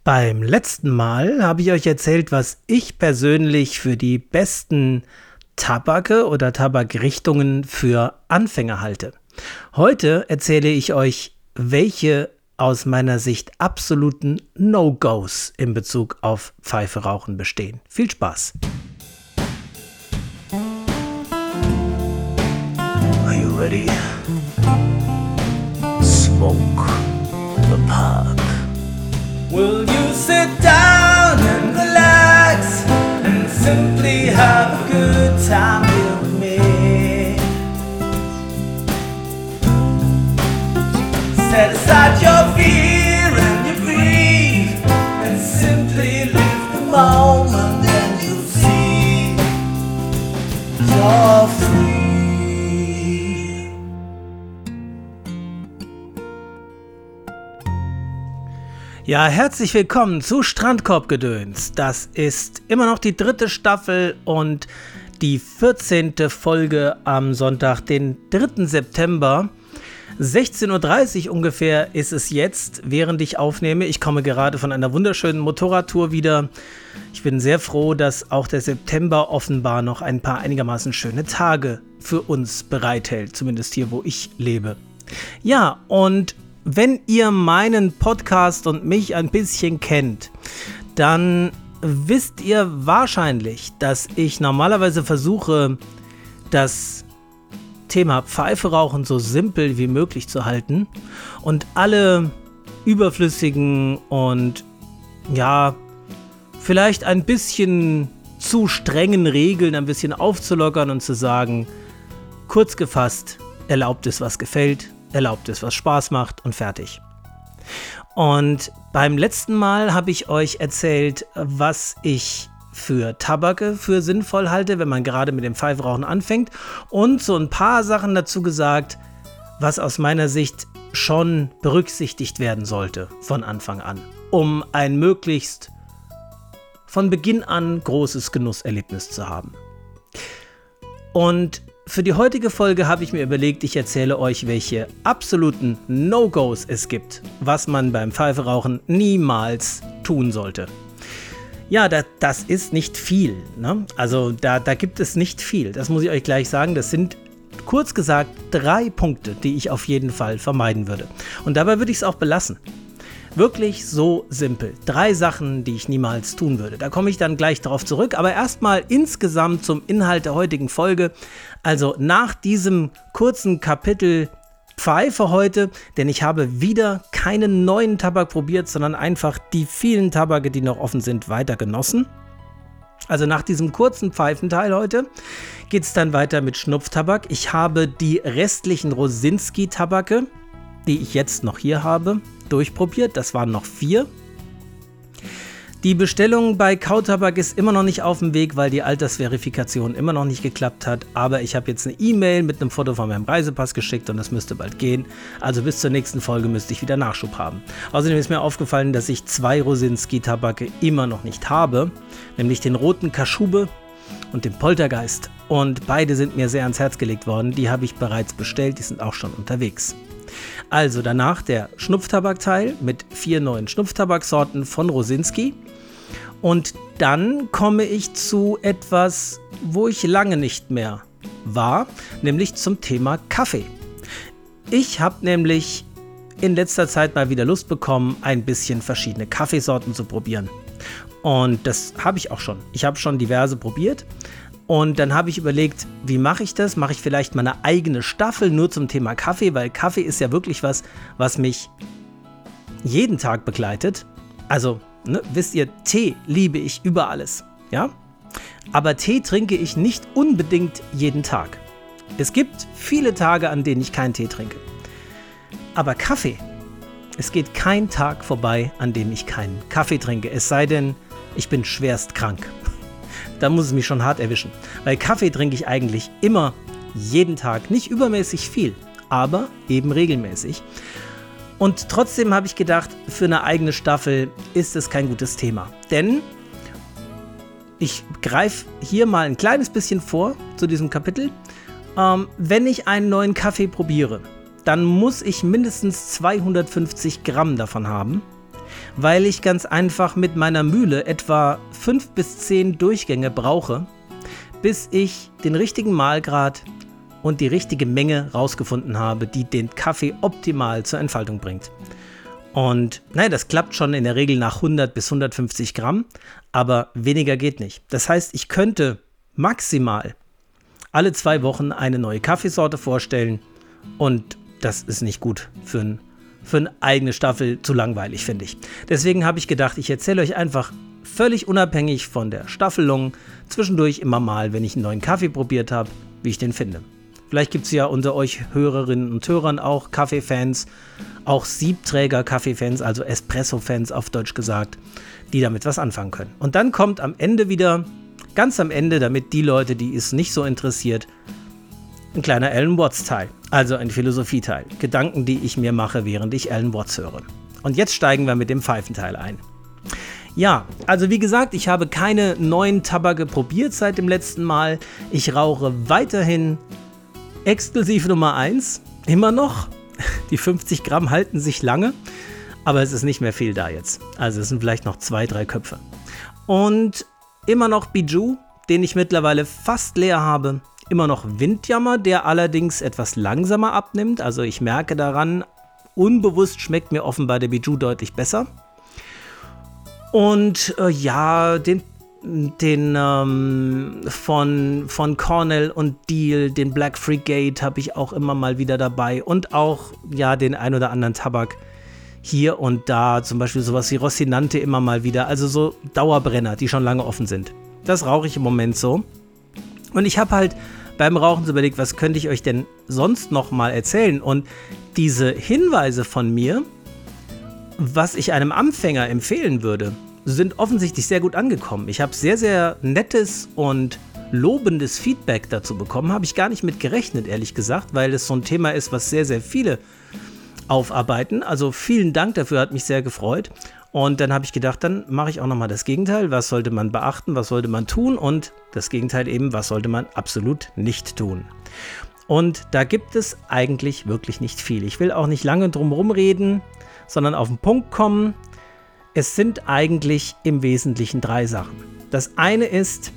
Beim letzten Mal habe ich euch erzählt, was ich persönlich für die besten Tabake oder Tabakrichtungen für Anfänger halte. Heute erzähle ich euch, welche aus meiner Sicht absoluten No-Gos in Bezug auf Pfeife rauchen bestehen. Viel Spaß! Are you ready? Smoke the pipe. Will you sit down and relax and simply have a good time here with me? Set aside your fear and your grief and simply live the moment and you'll see you're free. Ja, herzlich willkommen zu Strandkorbgedöns. Das ist immer noch die 3. Staffel und die 14. Folge am Sonntag, den 3. September. 16:30 Uhr ungefähr ist es jetzt, während ich aufnehme. Ich komme gerade von einer wunderschönen Motorradtour wieder. Ich bin sehr froh, dass auch der September offenbar noch ein paar einigermaßen schöne Tage für uns bereithält, zumindest hier, wo ich lebe. Ja, und wenn ihr meinen Podcast und mich ein bisschen kennt, dann wisst ihr wahrscheinlich, dass ich normalerweise versuche, das Thema Pfeife rauchen so simpel wie möglich zu halten und alle überflüssigen und ja, vielleicht ein bisschen zu strengen Regeln ein bisschen aufzulockern und zu sagen, kurz gefasst, erlaubt es, was gefällt, erlaubt es, was Spaß macht und fertig. Und beim letzten Mal habe ich euch erzählt, was ich für Tabake für sinnvoll halte, wenn man gerade mit dem Pfeifrauchen anfängt und so ein paar Sachen dazu gesagt, was aus meiner Sicht schon berücksichtigt werden sollte von Anfang an, um ein möglichst von Beginn an großes Genusserlebnis zu haben. Und für die heutige Folge habe ich mir überlegt, ich erzähle euch, welche absoluten No-Gos es gibt, was man beim Pfeiferauchen niemals tun sollte. Ja, das ist nicht viel, ne? Also da gibt es nicht viel, das muss ich euch gleich sagen. Das sind kurz gesagt 3 Punkte, die ich auf jeden Fall vermeiden würde. Und dabei würde ich es auch belassen. Wirklich so simpel. 3 Sachen, die ich niemals tun würde. Da komme ich dann gleich darauf zurück. Aber erstmal insgesamt zum Inhalt der heutigen Folge. Also nach diesem kurzen Kapitel Pfeife heute, denn ich habe wieder keinen neuen Tabak probiert, sondern einfach die vielen Tabake, die noch offen sind, weiter genossen. Also nach diesem kurzen Pfeifenteil heute geht es dann weiter mit Schnupftabak. Ich habe die restlichen Rosinski-Tabake, die ich jetzt noch hier habe, durchprobiert. Das waren noch 4. Die Bestellung bei Kautabak ist immer noch nicht auf dem Weg, weil die Altersverifikation immer noch nicht geklappt hat. Aber ich habe jetzt eine E-Mail mit einem Foto von meinem Reisepass geschickt und das müsste bald gehen. Also bis zur nächsten Folge müsste ich wieder Nachschub haben. Außerdem ist mir aufgefallen, dass ich 2 Rosinski-Tabake immer noch nicht habe. Nämlich den roten Kaschube und den Poltergeist. Und beide sind mir sehr ans Herz gelegt worden. Die habe ich bereits bestellt, die sind auch schon unterwegs. Also danach der Schnupftabakteil mit 4 neuen Schnupftabaksorten von Rosinski. Und dann komme ich zu etwas, wo ich lange nicht mehr war, nämlich zum Thema Kaffee. Ich habe nämlich in letzter Zeit mal wieder Lust bekommen, ein bisschen verschiedene Kaffeesorten zu probieren. Und das habe ich auch schon. Ich habe schon diverse probiert. Und dann habe ich überlegt, wie mache ich das? Mache ich vielleicht mal eine eigene Staffel nur zum Thema Kaffee? Weil Kaffee ist ja wirklich was mich jeden Tag begleitet. Also, ne, wisst ihr, Tee liebe ich über alles, ja? Aber Tee trinke ich nicht unbedingt jeden Tag. Es gibt viele Tage, an denen ich keinen Tee trinke. Aber Kaffee, es geht kein Tag vorbei, an dem ich keinen Kaffee trinke. Es sei denn, ich bin schwerst krank. Da muss es mich schon hart erwischen. Weil Kaffee trinke ich eigentlich immer, jeden Tag. Nicht übermäßig viel, aber eben regelmäßig. Und trotzdem habe ich gedacht, für eine eigene Staffel ist es kein gutes Thema. Denn ich greife hier mal ein kleines bisschen vor zu diesem Kapitel. Wenn ich einen neuen Kaffee probiere, dann muss ich mindestens 250 Gramm davon haben. weil ich ganz einfach mit meiner Mühle etwa 5 bis 10 Durchgänge brauche, bis ich den richtigen Mahlgrad und die richtige Menge rausgefunden habe, die den Kaffee optimal zur Entfaltung bringt. Und das klappt schon in der Regel nach 100 bis 150 Gramm, aber weniger geht nicht. Das heißt, ich könnte maximal alle 2 Wochen eine neue Kaffeesorte vorstellen und das ist nicht gut für eine eigene Staffel, zu langweilig, finde ich. Deswegen habe ich gedacht, ich erzähle euch einfach völlig unabhängig von der Staffelung zwischendurch immer mal, wenn ich einen neuen Kaffee probiert habe, wie ich den finde. Vielleicht gibt es ja unter euch Hörerinnen und Hörern auch Kaffeefans, auch Siebträger-Kaffeefans, also Espresso-Fans auf Deutsch gesagt, die damit was anfangen können. Und dann kommt am Ende wieder, ganz am Ende, damit die Leute, die es nicht so interessiert, ein kleiner Alan Watts-Teil, also ein Philosophieteil. Gedanken, die ich mir mache, während ich Alan Watts höre. Und jetzt steigen wir mit dem Pfeifenteil ein. Ja, also wie gesagt, ich habe keine neuen Tabake probiert seit dem letzten Mal. Ich rauche weiterhin exklusiv Nummer 1, immer noch. Die 50 Gramm halten sich lange, aber es ist nicht mehr viel da jetzt. Also es sind vielleicht noch 2, 3 Köpfe. Und immer noch Bijou, den ich mittlerweile fast leer habe. Immer noch Windjammer, der allerdings etwas langsamer abnimmt. Also ich merke daran, unbewusst schmeckt mir offenbar der Bijou deutlich besser. Und den von Cornell und Deal, den Black Frigate habe ich auch immer mal wieder dabei. Und auch den ein oder anderen Tabak hier und da, zum Beispiel sowas wie Rocinante immer mal wieder. Also so Dauerbrenner, die schon lange offen sind. Das rauche ich im Moment so. Und ich habe halt beim Rauchen so überlegt, was könnte ich euch denn sonst noch mal erzählen? Und diese Hinweise von mir, was ich einem Anfänger empfehlen würde, sind offensichtlich sehr gut angekommen. Ich habe sehr, sehr nettes und lobendes Feedback dazu bekommen. Habe ich gar nicht mit gerechnet, ehrlich gesagt, weil es so ein Thema ist, was sehr, sehr viele aufarbeiten. Also vielen Dank dafür, hat mich sehr gefreut. Und dann habe ich gedacht, dann mache ich auch nochmal das Gegenteil. Was sollte man beachten, was sollte man tun? Und das Gegenteil eben, was sollte man absolut nicht tun? Und da gibt es eigentlich wirklich nicht viel. Ich will auch nicht lange drum rumreden, sondern auf den Punkt kommen. Es sind eigentlich im Wesentlichen 3 Sachen. Das eine ist,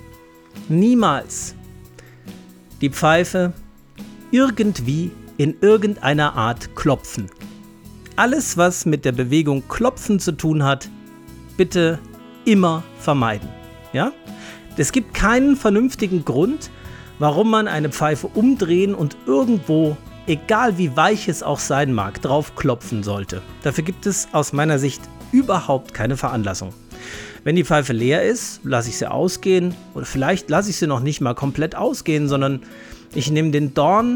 niemals die Pfeife irgendwie in irgendeiner Art klopfen. Alles, was mit der Bewegung Klopfen zu tun hat, bitte immer vermeiden. Ja? Es gibt keinen vernünftigen Grund, warum man eine Pfeife umdrehen und irgendwo, egal wie weich es auch sein mag, drauf klopfen sollte. Dafür gibt es aus meiner Sicht überhaupt keine Veranlassung. Wenn die Pfeife leer ist, lasse ich sie ausgehen oder vielleicht lasse ich sie noch nicht mal komplett ausgehen, sondern ich nehme den Dorn,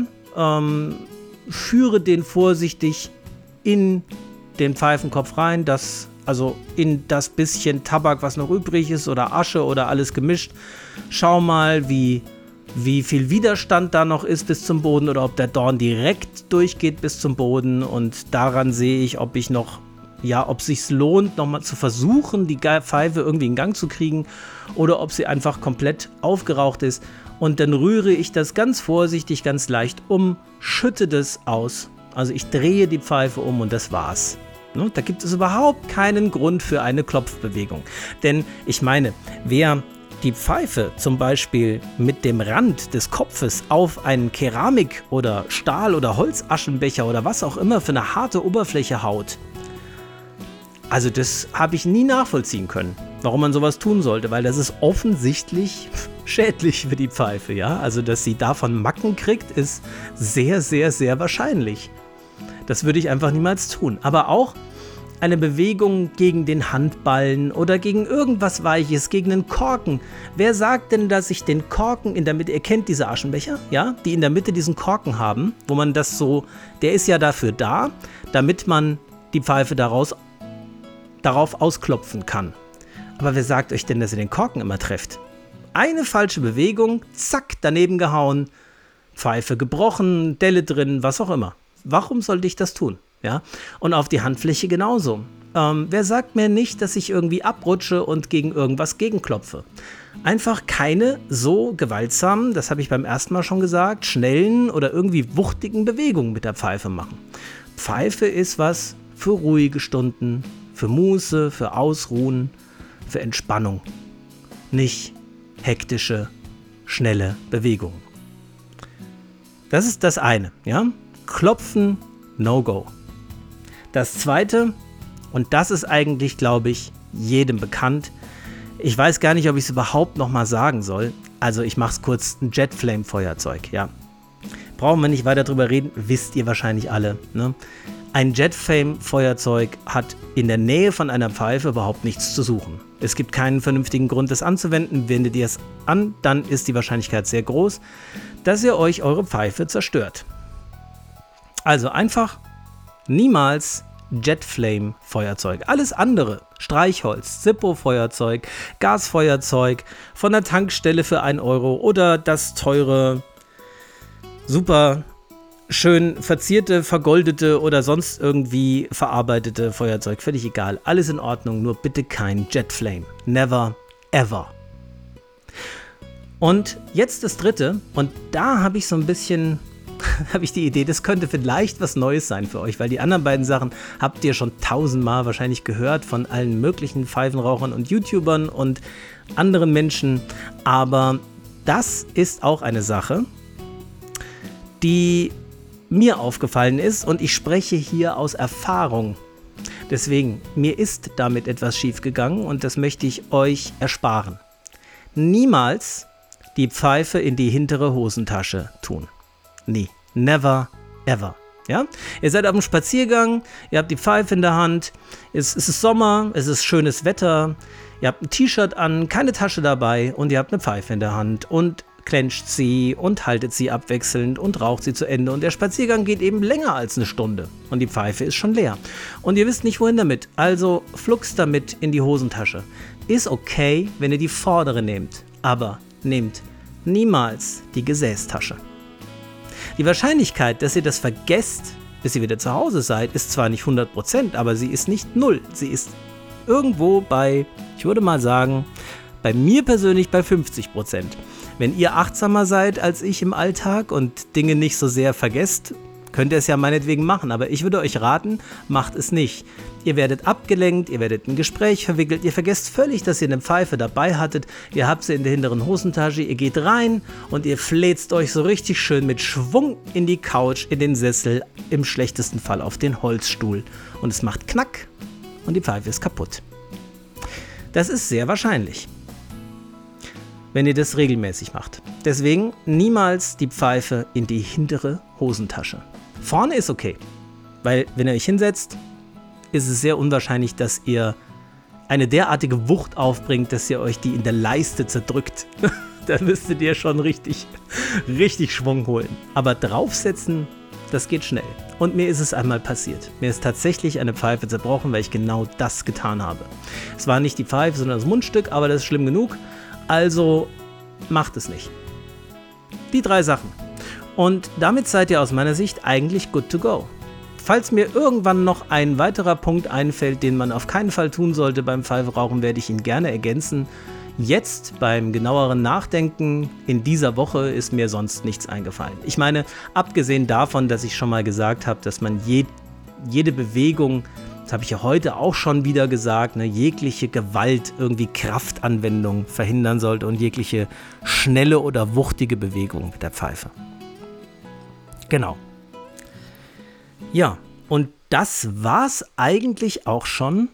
führe den vorsichtig in den Pfeifenkopf rein, also in das bisschen Tabak, was noch übrig ist oder Asche oder alles gemischt. Schau mal, wie viel Widerstand da noch ist bis zum Boden oder ob der Dorn direkt durchgeht bis zum Boden und daran sehe ich, ob es sich lohnt, nochmal zu versuchen, die Pfeife irgendwie in Gang zu kriegen oder ob sie einfach komplett aufgeraucht ist und dann rühre ich das ganz vorsichtig, ganz leicht um, schütte das aus. Also ich drehe die Pfeife um und das war's. Da gibt es überhaupt keinen Grund für eine Klopfbewegung. Denn ich meine, wer die Pfeife zum Beispiel mit dem Rand des Kopfes auf einen Keramik- oder Stahl- oder Holzaschenbecher oder was auch immer für eine harte Oberfläche haut, also das habe ich nie nachvollziehen können, warum man sowas tun sollte, weil das ist offensichtlich schädlich für die Pfeife, ja. Also dass sie davon Macken kriegt, ist sehr, sehr, sehr wahrscheinlich. Das würde ich einfach niemals tun. Aber auch eine Bewegung gegen den Handballen oder gegen irgendwas Weiches, gegen einen Korken. Wer sagt denn, dass ich den Korken in der Mitte, ihr kennt diese Aschenbecher, ja, die in der Mitte diesen Korken haben, wo man das so, der ist ja dafür da, damit man die Pfeife darauf ausklopfen kann. Aber wer sagt euch denn, dass ihr den Korken immer trefft? Eine falsche Bewegung, zack, daneben gehauen, Pfeife gebrochen, Delle drin, was auch immer. Warum sollte ich das tun? Ja? Und auf die Handfläche genauso. Wer sagt mir nicht, dass ich irgendwie abrutsche und gegen irgendwas gegenklopfe? Einfach keine so gewaltsamen, das habe ich beim ersten Mal schon gesagt, schnellen oder irgendwie wuchtigen Bewegungen mit der Pfeife machen. Pfeife ist was für ruhige Stunden, für Muße, für Ausruhen, für Entspannung. Nicht hektische, schnelle Bewegungen. Das ist das eine, ja? Klopfen, No-Go. Das zweite, und das ist eigentlich, glaube ich, jedem bekannt. Ich weiß gar nicht, ob ich es überhaupt nochmal sagen soll. Also ich mache es kurz, ein Jetflame-Feuerzeug, ja. Brauchen wir nicht weiter drüber reden, wisst ihr wahrscheinlich alle, ne? Ein Jetflame-Feuerzeug hat in der Nähe von einer Pfeife überhaupt nichts zu suchen. Es gibt keinen vernünftigen Grund, das anzuwenden. Wendet ihr es an, dann ist die Wahrscheinlichkeit sehr groß, dass ihr euch eure Pfeife zerstört. Also einfach niemals Jetflame-Feuerzeug. Alles andere, Streichholz, Zippo-Feuerzeug, Gasfeuerzeug von der Tankstelle für 1 Euro oder das teure, super schön verzierte, vergoldete oder sonst irgendwie verarbeitete Feuerzeug, völlig egal. Alles in Ordnung, nur bitte kein Jetflame. Never, ever. Und jetzt das dritte, und da habe ich so ein bisschen, habe ich die Idee, das könnte vielleicht was Neues sein für euch, weil die anderen beiden Sachen habt ihr schon 1000-mal wahrscheinlich gehört von allen möglichen Pfeifenrauchern und YouTubern und anderen Menschen, aber das ist auch eine Sache, die mir aufgefallen ist und ich spreche hier aus Erfahrung. Deswegen, mir ist damit etwas schiefgegangen und das möchte ich euch ersparen. Niemals die Pfeife in die hintere Hosentasche tun. Nie. Never, ever. Ja? Ihr seid auf dem Spaziergang, ihr habt die Pfeife in der Hand, es ist Sommer, es ist schönes Wetter, ihr habt ein T-Shirt an, keine Tasche dabei und ihr habt eine Pfeife in der Hand und clencht sie und haltet sie abwechselnd und raucht sie zu Ende. Und der Spaziergang geht eben länger als eine Stunde. Und die Pfeife ist schon leer. Und ihr wisst nicht, wohin damit. Also flugs damit in die Hosentasche. Ist okay, wenn ihr die vordere nehmt. Aber nehmt niemals die Gesäßtasche. Die Wahrscheinlichkeit, dass ihr das vergesst, bis ihr wieder zu Hause seid, ist zwar nicht 100%, aber sie ist nicht 0. Sie ist irgendwo bei, ich würde mal sagen, bei mir persönlich bei 50%. Wenn ihr achtsamer seid als ich im Alltag und Dinge nicht so sehr vergesst, könnt ihr es ja meinetwegen machen. Aber ich würde euch raten, macht es nicht. Ihr werdet abgelenkt, ihr werdet in ein Gespräch verwickelt, ihr vergesst völlig, dass ihr eine Pfeife dabei hattet, ihr habt sie in der hinteren Hosentasche, ihr geht rein und ihr fläzt euch so richtig schön mit Schwung in die Couch, in den Sessel, im schlechtesten Fall auf den Holzstuhl. Und es macht Knack und die Pfeife ist kaputt. Das ist sehr wahrscheinlich, wenn ihr das regelmäßig macht. Deswegen niemals die Pfeife in die hintere Hosentasche. Vorne ist okay, weil wenn ihr euch hinsetzt, ist es sehr unwahrscheinlich, dass ihr eine derartige Wucht aufbringt, dass ihr euch die in der Leiste zerdrückt. Da müsstet ihr schon richtig Schwung holen. Aber draufsetzen, das geht schnell. Und mir ist es einmal passiert. Mir ist tatsächlich eine Pfeife zerbrochen, weil ich genau das getan habe. Es war nicht die Pfeife, sondern das Mundstück, aber das ist schlimm genug. Also macht es nicht. Die 3 Sachen. Und damit seid ihr aus meiner Sicht eigentlich good to go. Falls mir irgendwann noch ein weiterer Punkt einfällt, den man auf keinen Fall tun sollte beim Pfeifenrauchen, werde ich ihn gerne ergänzen. Jetzt beim genaueren Nachdenken in dieser Woche ist mir sonst nichts eingefallen. Ich meine, abgesehen davon, dass ich schon mal gesagt habe, dass man jede Bewegung, das habe ich ja heute auch schon wieder gesagt, jegliche Gewalt, irgendwie Kraftanwendung verhindern sollte und jegliche schnelle oder wuchtige Bewegung mit der Pfeife. Genau. Ja, und das war's eigentlich auch schon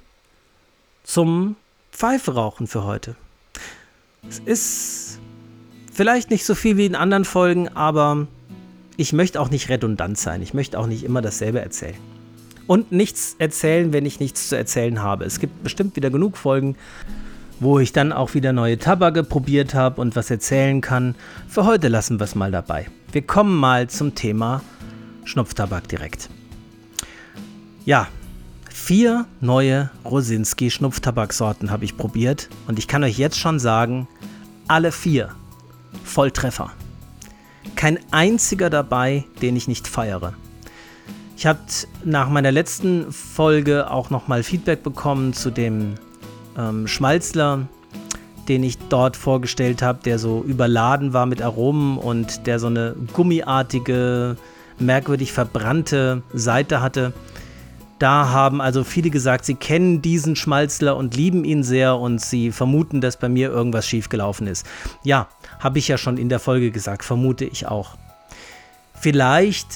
zum Pfeiferauchen für heute. Es ist vielleicht nicht so viel wie in anderen Folgen, aber ich möchte auch nicht redundant sein. Ich möchte auch nicht immer dasselbe erzählen. Und nichts erzählen, wenn ich nichts zu erzählen habe. Es gibt bestimmt wieder genug Folgen, wo ich dann auch wieder neue Tabake probiert habe und was erzählen kann. Für heute lassen wir es mal dabei. Wir kommen mal zum Thema Schnupftabak direkt. Ja, 4 neue Rosinski-Schnupftabaksorten habe ich probiert und ich kann euch jetzt schon sagen, alle 4 Volltreffer. Kein einziger dabei, den ich nicht feiere. Ich habe nach meiner letzten Folge auch nochmal Feedback bekommen zu dem Schmalzler, den ich dort vorgestellt habe, der so überladen war mit Aromen und der so eine gummiartige, merkwürdig verbrannte Seite hatte. da haben also viele gesagt, sie kennen diesen Schmalzler und lieben ihn sehr und sie vermuten, dass bei mir irgendwas schiefgelaufen ist. Ja, habe ich ja schon in der Folge gesagt, vermute ich auch. Vielleicht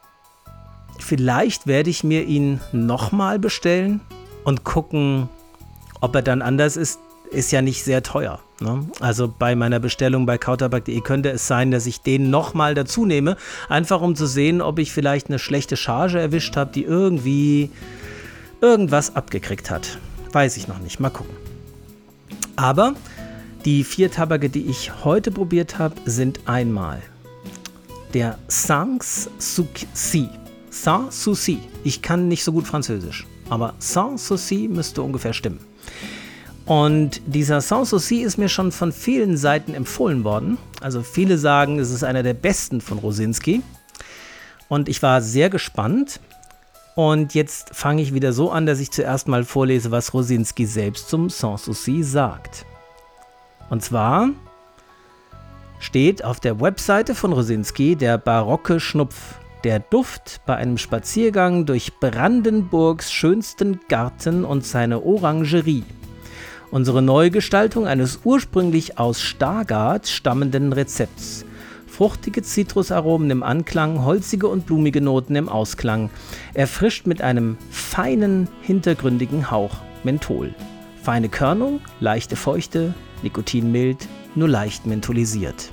werde ich mir ihn nochmal bestellen und gucken, ob er dann anders ist. Ist ja nicht sehr teuer. Ne? Also bei meiner Bestellung bei kautabak.de könnte es sein, dass ich den nochmal dazu nehme, einfach um zu sehen, ob ich vielleicht eine schlechte Charge erwischt habe, die irgendwie irgendwas abgekriegt hat. Weiß ich noch nicht. Mal gucken. Aber die 4 Tabake, die ich heute probiert habe, sind einmal der Sans-Souci. Sans-Souci. Ich kann nicht so gut Französisch, aber Sans-Souci müsste ungefähr stimmen. Und dieser Sans-Souci ist mir schon von vielen Seiten empfohlen worden. Also viele sagen, es ist einer der besten von Rosinski. Und ich war sehr gespannt. Und jetzt fange ich wieder so an, dass ich zuerst mal vorlese, was Rosinski selbst zum Sans-Souci sagt. Und zwar steht auf der Webseite von Rosinski der barocke Schnupf. Der Duft bei einem Spaziergang durch Brandenburgs schönsten Garten und seine Orangerie. Unsere Neugestaltung eines ursprünglich aus Stargard stammenden Rezepts. Fruchtige Zitrusaromen im Anklang, holzige und blumige Noten im Ausklang. Erfrischt mit einem feinen, hintergründigen Hauch Menthol. Feine Körnung, leichte Feuchte, nikotinmild, nur leicht mentholisiert.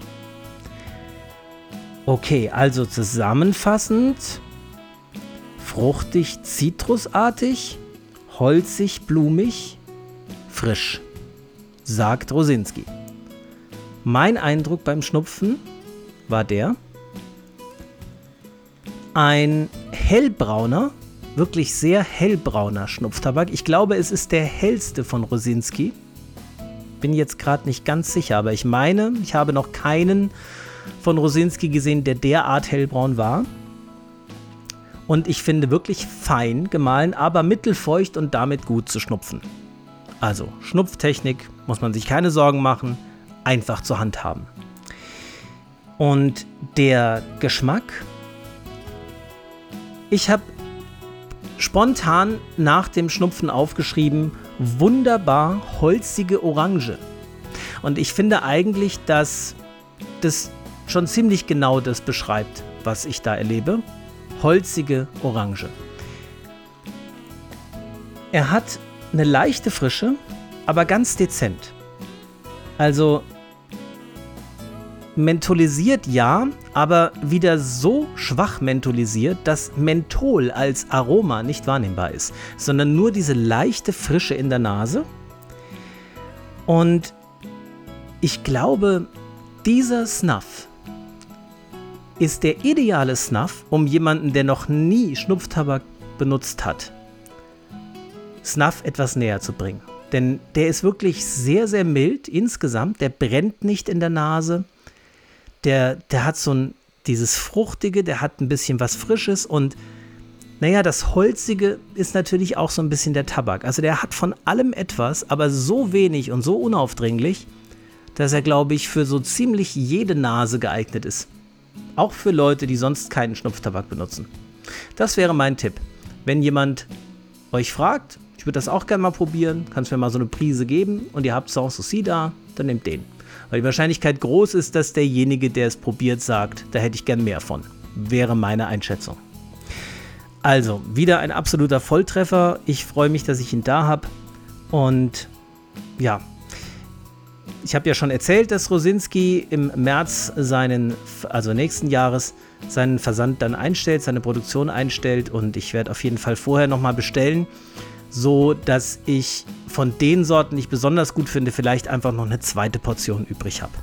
Okay, also zusammenfassend: fruchtig, zitrusartig, holzig, blumig, frisch, sagt Rosinski. Mein Eindruck beim Schnupfen war ein hellbrauner, wirklich sehr hellbrauner Schnupftabak. Ich glaube, es ist der hellste von Rosinski. Bin jetzt gerade nicht ganz sicher, aber ich meine, ich habe noch keinen von Rosinski gesehen, der derart hellbraun war. Und ich finde wirklich fein gemahlen, aber mittelfeucht und damit gut zu schnupfen. Also Schnupftechnik, muss man sich keine Sorgen machen, einfach zur Hand haben. Und der Geschmack, ich habe spontan nach dem Schnupfen aufgeschrieben, wunderbar holzige Orange. Und ich finde eigentlich, dass das schon ziemlich genau das beschreibt, was ich da erlebe. Holzige Orange. Er hat eine leichte Frische, aber ganz dezent. Also mentholisiert ja, aber wieder so schwach mentholisiert, dass Menthol als Aroma nicht wahrnehmbar ist, sondern nur diese leichte Frische in der Nase. Und ich glaube, dieser Snuff ist der ideale Snuff, um jemanden, der noch nie Schnupftabak benutzt hat, Snuff etwas näher zu bringen. Denn der ist wirklich sehr, sehr mild insgesamt. Der brennt nicht in der Nase. Der hat dieses Fruchtige, der hat ein bisschen was Frisches und naja, das Holzige ist natürlich auch so ein bisschen der Tabak. Also der hat von allem etwas, aber so wenig und so unaufdringlich, dass er, glaube ich, für so ziemlich jede Nase geeignet ist. Auch für Leute, die sonst keinen Schnupftabak benutzen. Das wäre mein Tipp. Wenn jemand euch fragt, ich würde das auch gerne mal probieren, kannst mir mal so eine Prise geben und ihr habt Sans-Souci da, dann nehmt den. Weil die Wahrscheinlichkeit groß ist, dass derjenige, der es probiert, sagt, da hätte ich gern mehr von. Wäre meine Einschätzung. Also, wieder ein absoluter Volltreffer. Ich freue mich, dass ich ihn da habe. Und ja, ich habe ja schon erzählt, dass Rosinski im März nächsten Jahres, seinen Versand dann einstellt, seine Produktion einstellt. Und ich werde auf jeden Fall vorher nochmal bestellen, so dass ich von den Sorten, die ich besonders gut finde, vielleicht einfach noch eine zweite Portion übrig habe.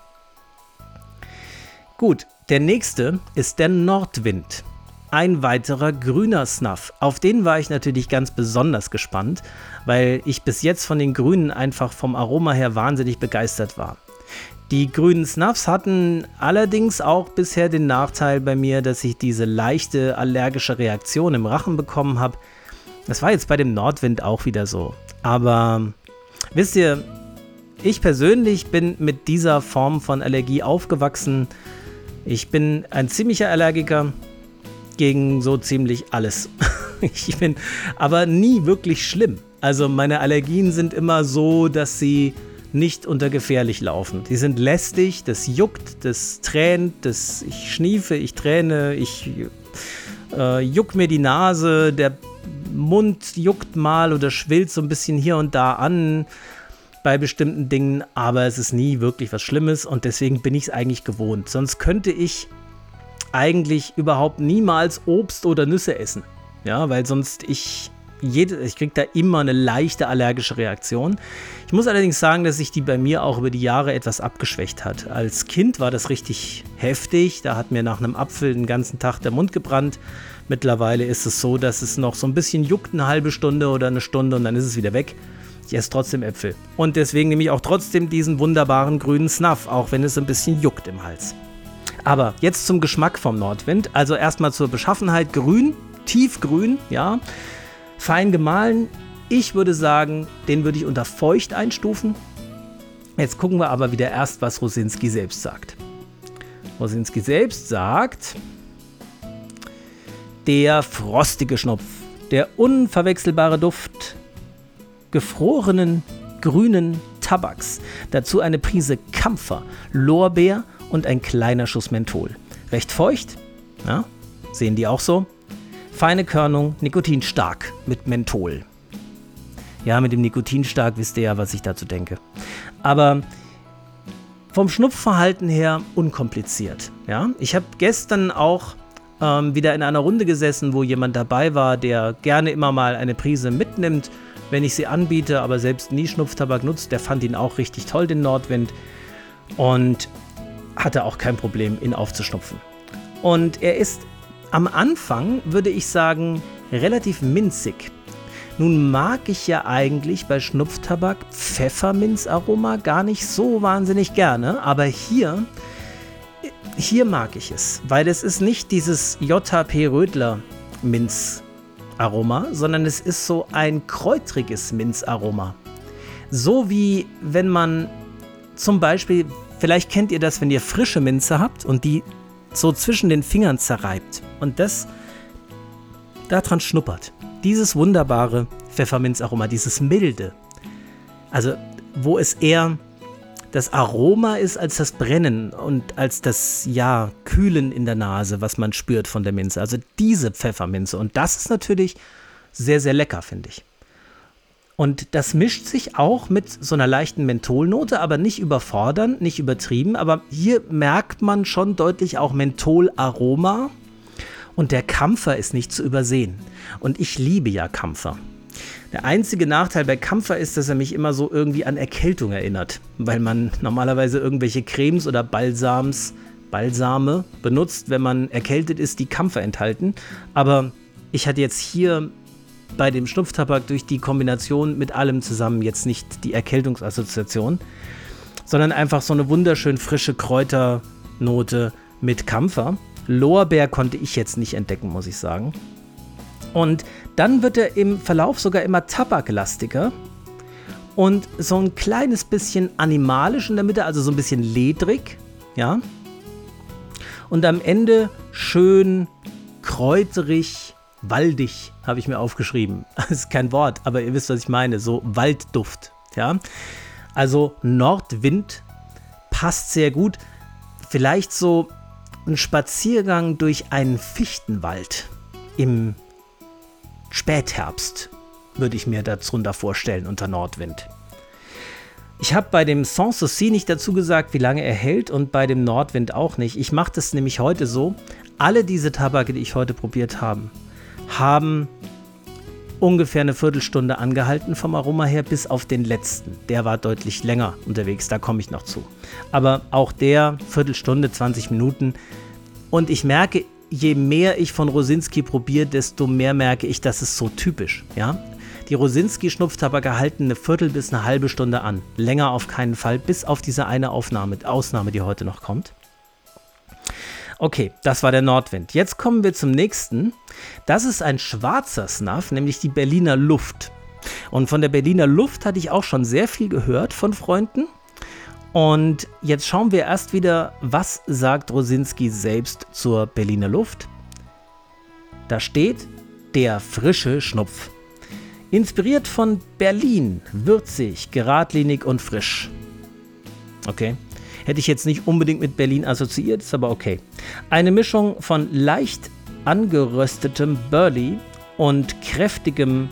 Gut, der nächste ist der Nordwind. Ein weiterer grüner Snuff. Auf den war ich natürlich ganz besonders gespannt, weil ich bis jetzt von den Grünen einfach vom Aroma her wahnsinnig begeistert war. Die grünen Snuffs hatten allerdings auch bisher den Nachteil bei mir, dass ich diese leichte allergische Reaktion im Rachen bekommen habe. Das war jetzt bei dem Nordwind auch wieder so. Aber wisst ihr, ich persönlich bin mit dieser Form von Allergie aufgewachsen. Ich bin ein ziemlicher Allergiker gegen so ziemlich alles. Ich bin aber nie wirklich schlimm. Also meine Allergien sind immer so, dass sie nicht unter gefährlich laufen. Die sind lästig, das juckt, das tränt, ich schniefe, ich träne, ich juck mir die Nase, der Mund juckt mal oder schwillt so ein bisschen hier und da an bei bestimmten Dingen, aber es ist nie wirklich was Schlimmes und deswegen bin ich es eigentlich gewohnt. Sonst könnte ich eigentlich überhaupt niemals Obst oder Nüsse essen. Ja, weil sonst ich kriege da immer eine leichte allergische Reaktion. Ich muss allerdings sagen, dass sich die bei mir auch über die Jahre etwas abgeschwächt hat. Als Kind war das richtig heftig. Da hat mir nach einem Apfel den ganzen Tag der Mund gebrannt. Mittlerweile ist es so, dass es noch so ein bisschen juckt, eine halbe Stunde oder eine Stunde und dann ist es wieder weg. Ich esse trotzdem Äpfel. Und deswegen nehme ich auch trotzdem diesen wunderbaren grünen Snuff, auch wenn es ein bisschen juckt im Hals. Aber jetzt zum Geschmack vom Nordwind. Also erstmal zur Beschaffenheit: grün, tiefgrün, ja. Fein gemahlen. Ich würde sagen, den würde ich unter feucht einstufen. Jetzt gucken wir aber wieder erst, was Rosinski selbst sagt. Rosinski selbst sagt: der frostige Schnupf, der unverwechselbare Duft gefrorenen grünen Tabaks, dazu eine Prise Kampfer, Lorbeer und ein kleiner Schuss Menthol. Recht feucht, ja, sehen die auch so? Feine Körnung, nikotinstark mit Menthol. Ja, mit dem Nikotinstark wisst ihr ja, was ich dazu denke. Aber vom Schnupfverhalten her unkompliziert. Ja? Ich habe gestern auch wieder in einer Runde gesessen, wo jemand dabei war, der gerne immer mal eine Prise mitnimmt, wenn ich sie anbiete, aber selbst nie Schnupftabak nutzt. Der fand ihn auch richtig toll, den Nordwind, und hatte auch kein Problem, ihn aufzuschnupfen. Und er ist am Anfang, würde ich sagen, relativ minzig. Nun mag ich ja eigentlich bei Schnupftabak Pfefferminzaroma gar nicht so wahnsinnig gerne, aber hier mag ich es, weil es ist nicht dieses J.P. Rödler Minzaroma, sondern es ist so ein kräutriges Minzaroma. So wie wenn man zum Beispiel, vielleicht kennt ihr das, wenn ihr frische Minze habt und die so zwischen den Fingern zerreibt und das daran schnuppert. Dieses wunderbare Pfefferminzaroma, dieses milde, also wo es eher das Aroma ist als das Brennen und als das, ja, Kühlen in der Nase, was man spürt von der Minze. Also diese Pfefferminze. Und das ist natürlich sehr, sehr lecker, finde ich. Und das mischt sich auch mit so einer leichten Mentholnote, aber nicht überfordernd, nicht übertrieben. Aber hier merkt man schon deutlich auch Mentholaroma. Und der Kampfer ist nicht zu übersehen. Und ich liebe ja Kampfer. Der einzige Nachteil bei Kampfer ist, dass er mich immer so irgendwie an Erkältung erinnert, weil man normalerweise irgendwelche Cremes oder Balsame benutzt, wenn man erkältet ist, die Kampfer enthalten. Aber ich hatte jetzt hier bei dem Schnupftabak durch die Kombination mit allem zusammen jetzt nicht die Erkältungsassoziation, sondern einfach so eine wunderschön frische Kräuternote mit Kampfer. Lorbeer konnte ich jetzt nicht entdecken, muss ich sagen. Und dann wird er im Verlauf sogar immer tabaklastiger und so ein kleines bisschen animalisch in der Mitte, also so ein bisschen ledrig, ja. Und am Ende schön kräuterig, waldig, habe ich mir aufgeschrieben. Das ist kein Wort, aber ihr wisst, was ich meine, so Waldduft, ja. Also Nordwind passt sehr gut. Vielleicht so ein Spaziergang durch einen Fichtenwald im Spätherbst würde ich mir darunter vorstellen unter Nordwind. Ich habe bei dem Sanssouci nicht dazu gesagt, wie lange er hält, und bei dem Nordwind auch nicht. Ich mache das nämlich heute so: alle diese Tabake, die ich heute probiert habe, haben ungefähr eine Viertelstunde angehalten vom Aroma her, bis auf den letzten. Der war deutlich länger unterwegs, da komme ich noch zu. Aber auch der Viertelstunde, 20 Minuten. Und ich merke, je mehr ich von Rosinski probiere, desto mehr merke ich, das ist so typisch. Ja? Die Rosinski-Schnupftabake halten eine Viertel bis eine halbe Stunde an. Länger auf keinen Fall, bis auf diese eine Ausnahme, die heute noch kommt. Okay, das war der Nordwind. Jetzt kommen wir zum nächsten. Das ist ein schwarzer Snuff, nämlich die Berliner Luft. Und von der Berliner Luft hatte ich auch schon sehr viel gehört von Freunden. Und jetzt schauen wir erst wieder, was sagt Rosinski selbst zur Berliner Luft. Da steht: der frische Schnupf. Inspiriert von Berlin, würzig, geradlinig und frisch. Okay. Hätte ich jetzt nicht unbedingt mit Berlin assoziiert, ist aber okay. Eine Mischung von leicht angeröstetem Burley und kräftigem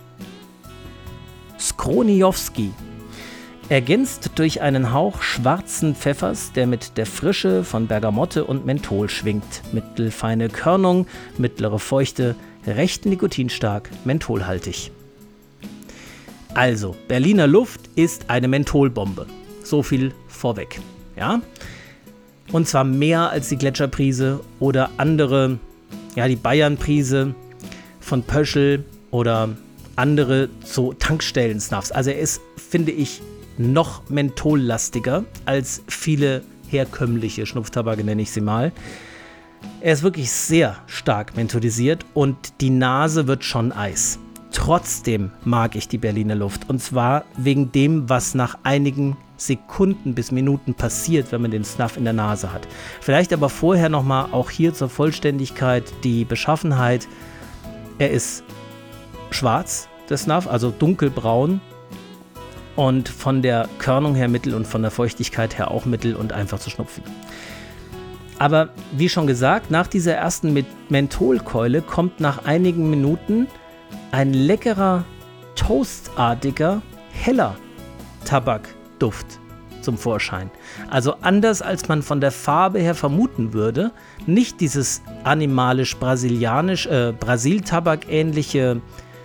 Skroniowski. Ergänzt durch einen Hauch schwarzen Pfeffers, der mit der Frische von Bergamotte und Menthol schwingt. Mittelfeine Körnung, mittlere Feuchte, recht nikotinstark, mentholhaltig. Also, Berliner Luft ist eine Mentholbombe. So viel vorweg. Ja? Und zwar mehr als die Gletscherprise oder andere, ja, die Bayernprise von Pöschl oder andere so Tankstellen-Snuffs. Also er ist, finde ich, noch menthollastiger als viele herkömmliche Schnupftabake, nenne ich sie mal. Er ist wirklich sehr stark mentholisiert und die Nase wird schon Eis. Trotzdem mag ich die Berliner Luft und zwar wegen dem, was nach einigen Sekunden bis Minuten passiert, wenn man den Snuff in der Nase hat. Vielleicht aber vorher nochmal auch hier zur Vollständigkeit die Beschaffenheit. Er ist schwarz, der Snuff, also dunkelbraun und von der Körnung her mittel und von der Feuchtigkeit her auch mittel und einfach zu schnupfen. Aber wie schon gesagt, nach dieser ersten Mentholkeule kommt nach einigen Minuten ein leckerer, toastartiger, heller Tabakduft zum Vorschein. Also anders als man von der Farbe her vermuten würde, nicht dieses animalisch-brasilianisch, Brasil-Tabak-ähnliche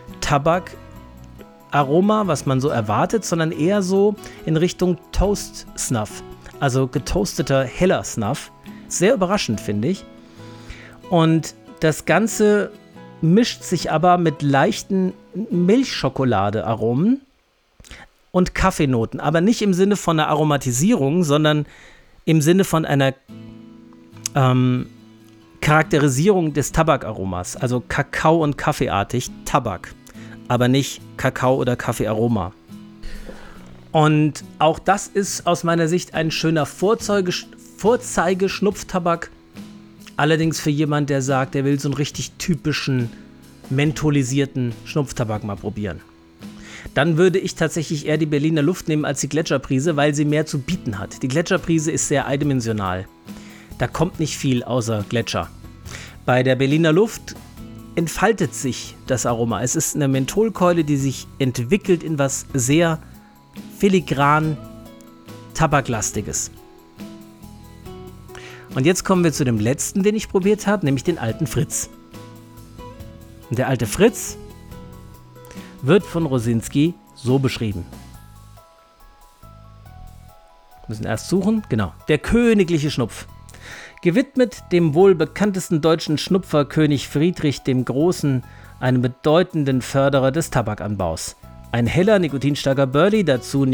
Tabakaroma, was man so erwartet, sondern eher so in Richtung Toast-Snuff, also getoasteter, heller Snuff. Sehr überraschend, finde ich. Und das Ganze mischt sich aber mit leichten Milchschokolade-Aromen und Kaffeenoten, aber nicht im Sinne von einer Aromatisierung, sondern im Sinne von einer Charakterisierung des Tabakaromas, also Kakao- und Kaffeeartig, Tabak, aber nicht Kakao- oder Kaffeearoma. Und auch das ist aus meiner Sicht ein schöner Vorzeigeschnupftabak, allerdings für jemand, der sagt, der will so einen richtig typischen, mentholisierten Schnupftabak mal probieren. Dann würde ich tatsächlich eher die Berliner Luft nehmen als die Gletscherprise, weil sie mehr zu bieten hat. Die Gletscherprise ist sehr eindimensional. Da kommt nicht viel außer Gletscher. Bei der Berliner Luft entfaltet sich das Aroma. Es ist eine Mentholkeule, die sich entwickelt in was sehr filigran Tabaklastiges. Und jetzt kommen wir zu dem letzten, den ich probiert habe, nämlich den alten Fritz. Und der alte Fritz wird von Rosinski so beschrieben. Wir müssen erst suchen. Genau. Der königliche Schnupf. Gewidmet dem wohl bekanntesten deutschen Schnupfer König Friedrich dem Großen, einem bedeutenden Förderer des Tabakanbaus. Ein heller, nikotinstarker Burley, dazu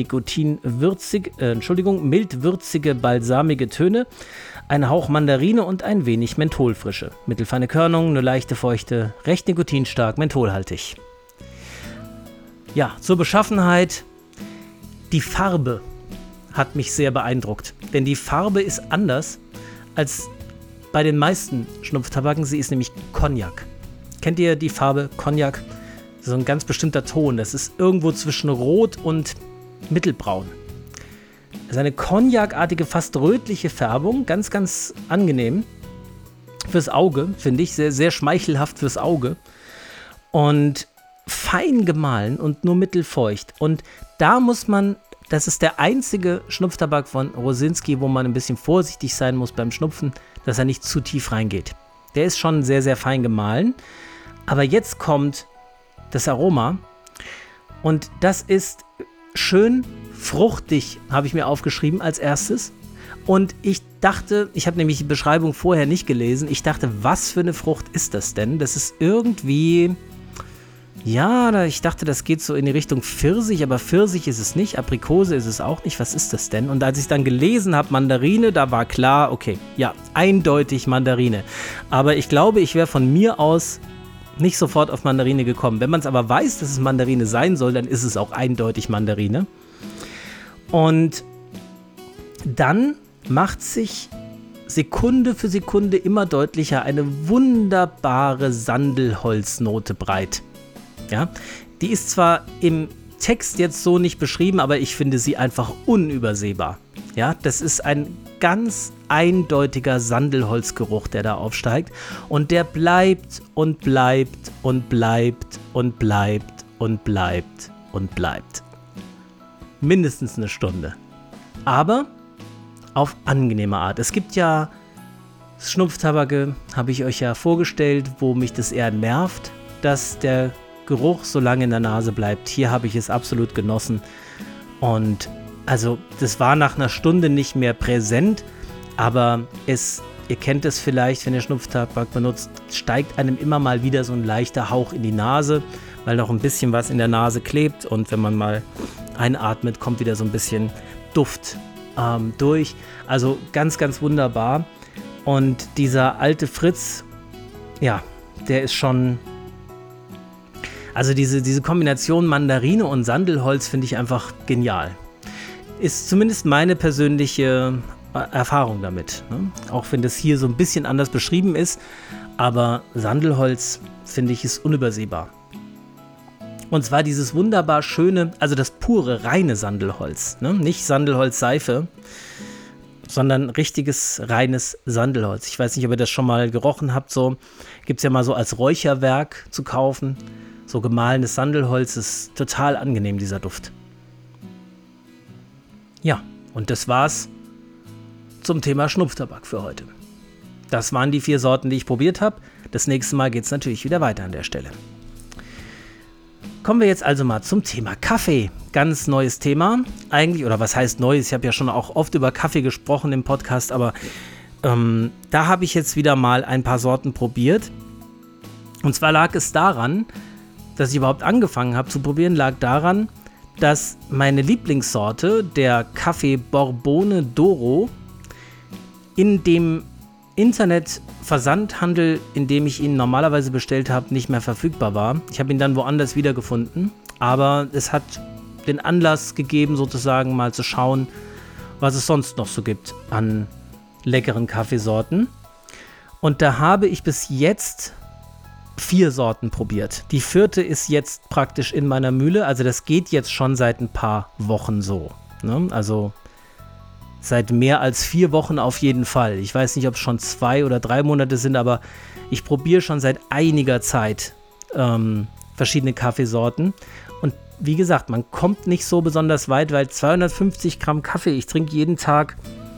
mildwürzige, balsamige Töne, ein Hauch Mandarine und ein wenig Mentholfrische. Mittelfeine Körnung, eine leichte Feuchte, recht nikotinstark, mentholhaltig. Ja, zur Beschaffenheit. Die Farbe hat mich sehr beeindruckt, denn die Farbe ist anders als bei den meisten Schnupftabaken. Sie ist nämlich Cognac. Kennt ihr die Farbe Cognac? So ein ganz bestimmter Ton. Das ist irgendwo zwischen Rot und Mittelbraun. Das ist eine Cognac-artige, fast rötliche Färbung. Ganz, ganz angenehm fürs Auge, finde ich. Sehr, sehr schmeichelhaft fürs Auge. Und fein gemahlen und nur mittelfeucht. Und da muss man, das ist der einzige Schnupftabak von Rosinski, wo man ein bisschen vorsichtig sein muss beim Schnupfen, dass er nicht zu tief reingeht. Der ist schon sehr, sehr fein gemahlen. Aber jetzt kommt das Aroma und das ist schön fruchtig, habe ich mir aufgeschrieben als erstes. Und ich dachte, ich habe nämlich die Beschreibung vorher nicht gelesen, ich dachte, was für eine Frucht ist das denn? Das ist irgendwie, ja, ich dachte, das geht so in die Richtung Pfirsich, aber Pfirsich ist es nicht, Aprikose ist es auch nicht, was ist das denn? Und als ich dann gelesen habe, Mandarine, da war klar, okay, ja, eindeutig Mandarine. Aber ich glaube, ich wäre von mir aus nicht sofort auf Mandarine gekommen. Wenn man es aber weiß, dass es Mandarine sein soll, dann ist es auch eindeutig Mandarine. Und dann macht sich Sekunde für Sekunde immer deutlicher eine wunderbare Sandelholznote breit. Ja, die ist zwar im Text jetzt so nicht beschrieben, aber ich finde sie einfach unübersehbar. Ja, das ist ein ganz eindeutiger Sandelholzgeruch, der da aufsteigt und der bleibt und bleibt und bleibt und bleibt und bleibt und bleibt. Mindestens eine Stunde. Aber auf angenehme Art. Es gibt ja Schnupftabake, habe ich euch ja vorgestellt, wo mich das eher nervt, dass der Geruch so lange in der Nase bleibt. Hier habe ich es absolut genossen. Und also das war nach einer Stunde nicht mehr präsent, aber ihr kennt es vielleicht, wenn ihr Schnupftabak benutzt, steigt einem immer mal wieder so ein leichter Hauch in die Nase, weil noch ein bisschen was in der Nase klebt und wenn man mal einatmet, kommt wieder so ein bisschen Duft durch. Also ganz, ganz wunderbar. Und dieser alte Fritz, ja, der ist schon... Also diese Kombination Mandarine und Sandelholz finde ich einfach genial. Ist zumindest meine persönliche Erfahrung damit. Ne? Auch wenn das hier so ein bisschen anders beschrieben ist. Aber Sandelholz, finde ich, ist unübersehbar. Und zwar dieses wunderbar schöne, also das pure, reine Sandelholz. Ne? Nicht Sandelholzseife, sondern richtiges, reines Sandelholz. Ich weiß nicht, ob ihr das schon mal gerochen habt. So gibt es ja mal so als Räucherwerk zu kaufen. So gemahlenes Sandelholz ist total angenehm, dieser Duft. Ja, und das war's zum Thema Schnupftabak für heute. Das waren die 4 Sorten, die ich probiert habe. Das nächste Mal geht's natürlich wieder weiter an der Stelle. Kommen wir jetzt also mal zum Thema Kaffee. Ganz neues Thema eigentlich, oder was heißt neues? Ich habe ja schon auch oft über Kaffee gesprochen im Podcast, aber da habe ich jetzt wieder mal ein paar Sorten probiert. Und zwar lag es daran, dass ich überhaupt angefangen habe zu probieren, lag daran, dass meine Lieblingssorte, der Kaffee Borbone Doro, in dem Internetversandhandel, in dem ich ihn normalerweise bestellt habe, nicht mehr verfügbar war. Ich habe ihn dann woanders wiedergefunden, aber es hat den Anlass gegeben, sozusagen mal zu schauen, was es sonst noch so gibt an leckeren Kaffeesorten. Und da habe ich bis jetzt 4 Sorten probiert. Die 4. ist jetzt praktisch in meiner Mühle. Also das geht jetzt schon seit ein paar Wochen so. Ne? Also seit mehr als 4 Wochen auf jeden Fall. Ich weiß nicht, ob es schon 2 oder 3 Monate sind, aber ich probiere schon seit einiger Zeit verschiedene Kaffeesorten. Und wie gesagt, man kommt nicht so besonders weit, weil 250 Gramm Kaffee, ich trinke jeden Tag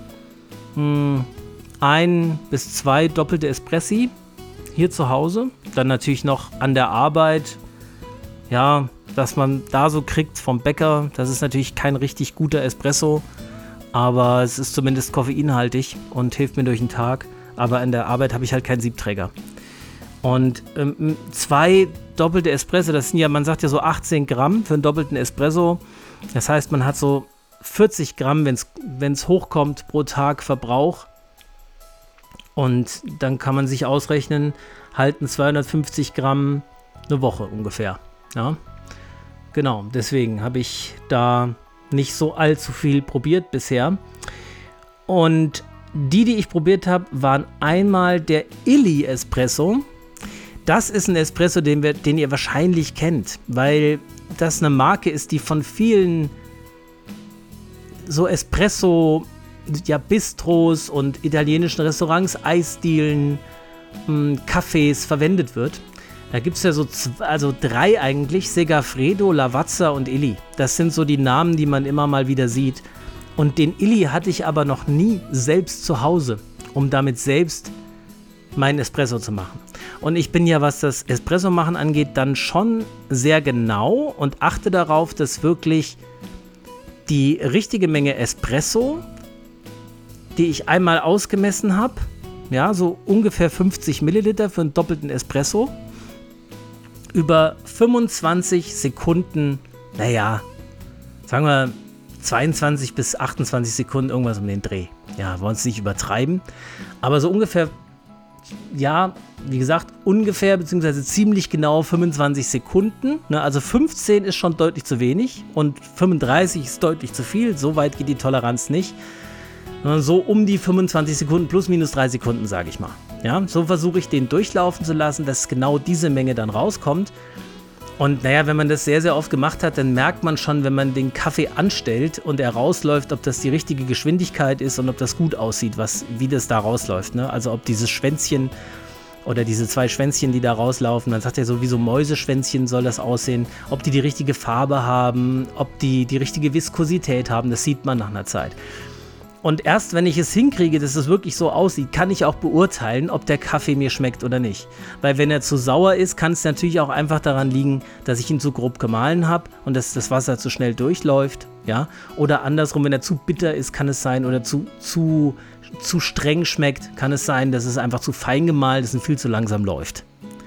1 bis 2 doppelte Espressi hier zu Hause. Dann natürlich noch an der Arbeit. Ja, dass man da so kriegt vom Bäcker. Das ist natürlich kein richtig guter Espresso, aber es ist zumindest koffeinhaltig und hilft mir durch den Tag. Aber an der Arbeit habe ich halt keinen Siebträger. Und 2 doppelte Espresso, das sind ja, man sagt ja so 18 Gramm für einen doppelten Espresso. Das heißt, man hat so 40 Gramm, wenn es hochkommt, pro Tag Verbrauch. Und dann kann man sich ausrechnen, halten 250 Gramm eine Woche ungefähr. Ja, genau, deswegen habe ich da nicht so allzu viel probiert bisher. Und die ich probiert habe, waren einmal der Illy Espresso. Das ist ein Espresso, den ihr wahrscheinlich kennt, weil das eine Marke ist, die von vielen so Espresso, ja, Bistros und italienischen Restaurants, Eisdielen, Cafés verwendet wird. Da gibt es ja so 3 eigentlich, Segafredo, Lavazza und Illy. Das sind so die Namen, die man immer mal wieder sieht. Und den Illy hatte ich aber noch nie selbst zu Hause, um damit selbst meinen Espresso zu machen. Und ich bin ja, was das Espresso machen angeht, dann schon sehr genau und achte darauf, dass wirklich die richtige Menge Espresso, die ich einmal ausgemessen habe, ja, so ungefähr 50 Milliliter für einen doppelten Espresso, über 25 Sekunden, naja, sagen wir 22 bis 28 Sekunden, irgendwas um den Dreh. Ja, wollen es nicht übertreiben, aber so ungefähr, ja, wie gesagt, ungefähr beziehungsweise ziemlich genau 25 Sekunden. Ne? Also 15 ist schon deutlich zu wenig und 35 ist deutlich zu viel. So weit geht die Toleranz nicht. sondern so um die 25 Sekunden, plus minus 3 Sekunden, sage ich mal. Ja, so versuche ich den durchlaufen zu lassen, dass genau diese Menge dann rauskommt. Und naja, wenn man das sehr, sehr oft gemacht hat, dann merkt man schon, wenn man den Kaffee anstellt und er rausläuft, ob das die richtige Geschwindigkeit ist und ob das gut aussieht, wie das da rausläuft. Ne? Also ob dieses Schwänzchen oder diese 2 Schwänzchen, die da rauslaufen, man sagt ja so wie so Mäuseschwänzchen soll das aussehen, ob die richtige Farbe haben, ob die richtige Viskosität haben, das sieht man nach einer Zeit. Und erst wenn ich es hinkriege, dass es wirklich so aussieht, kann ich auch beurteilen, ob der Kaffee mir schmeckt oder nicht. Weil wenn er zu sauer ist, kann es natürlich auch einfach daran liegen, dass ich ihn zu grob gemahlen habe und dass das Wasser zu schnell durchläuft. Ja? Oder andersrum, wenn er zu bitter ist, kann es sein, oder zu streng schmeckt, kann es sein, dass es einfach zu fein gemahlen ist und viel zu langsam läuft.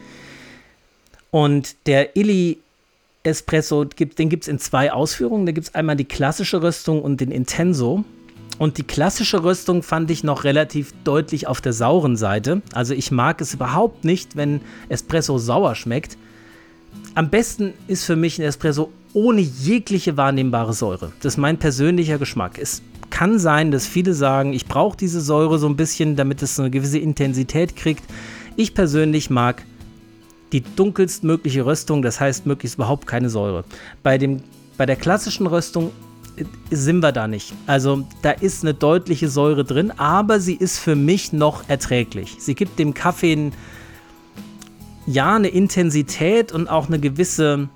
Und der Illy Espresso, den gibt es in 2 Ausführungen. Da gibt es einmal die klassische Röstung und den Intenso. Und die klassische Röstung fand ich noch relativ deutlich auf der sauren Seite. Also ich mag es überhaupt nicht, wenn Espresso sauer schmeckt. Am besten ist für mich ein Espresso ohne jegliche wahrnehmbare Säure. Das ist mein persönlicher Geschmack. Es kann sein, dass viele sagen, ich brauche diese Säure so ein bisschen, damit es so eine gewisse Intensität kriegt. Ich persönlich mag die dunkelstmögliche Röstung, das heißt möglichst überhaupt keine Säure. Bei der klassischen Röstung sind wir da nicht. Also da ist eine deutliche Säure drin, aber sie ist für mich noch erträglich. Sie gibt dem Kaffee eine Intensität und auch eine gewisse,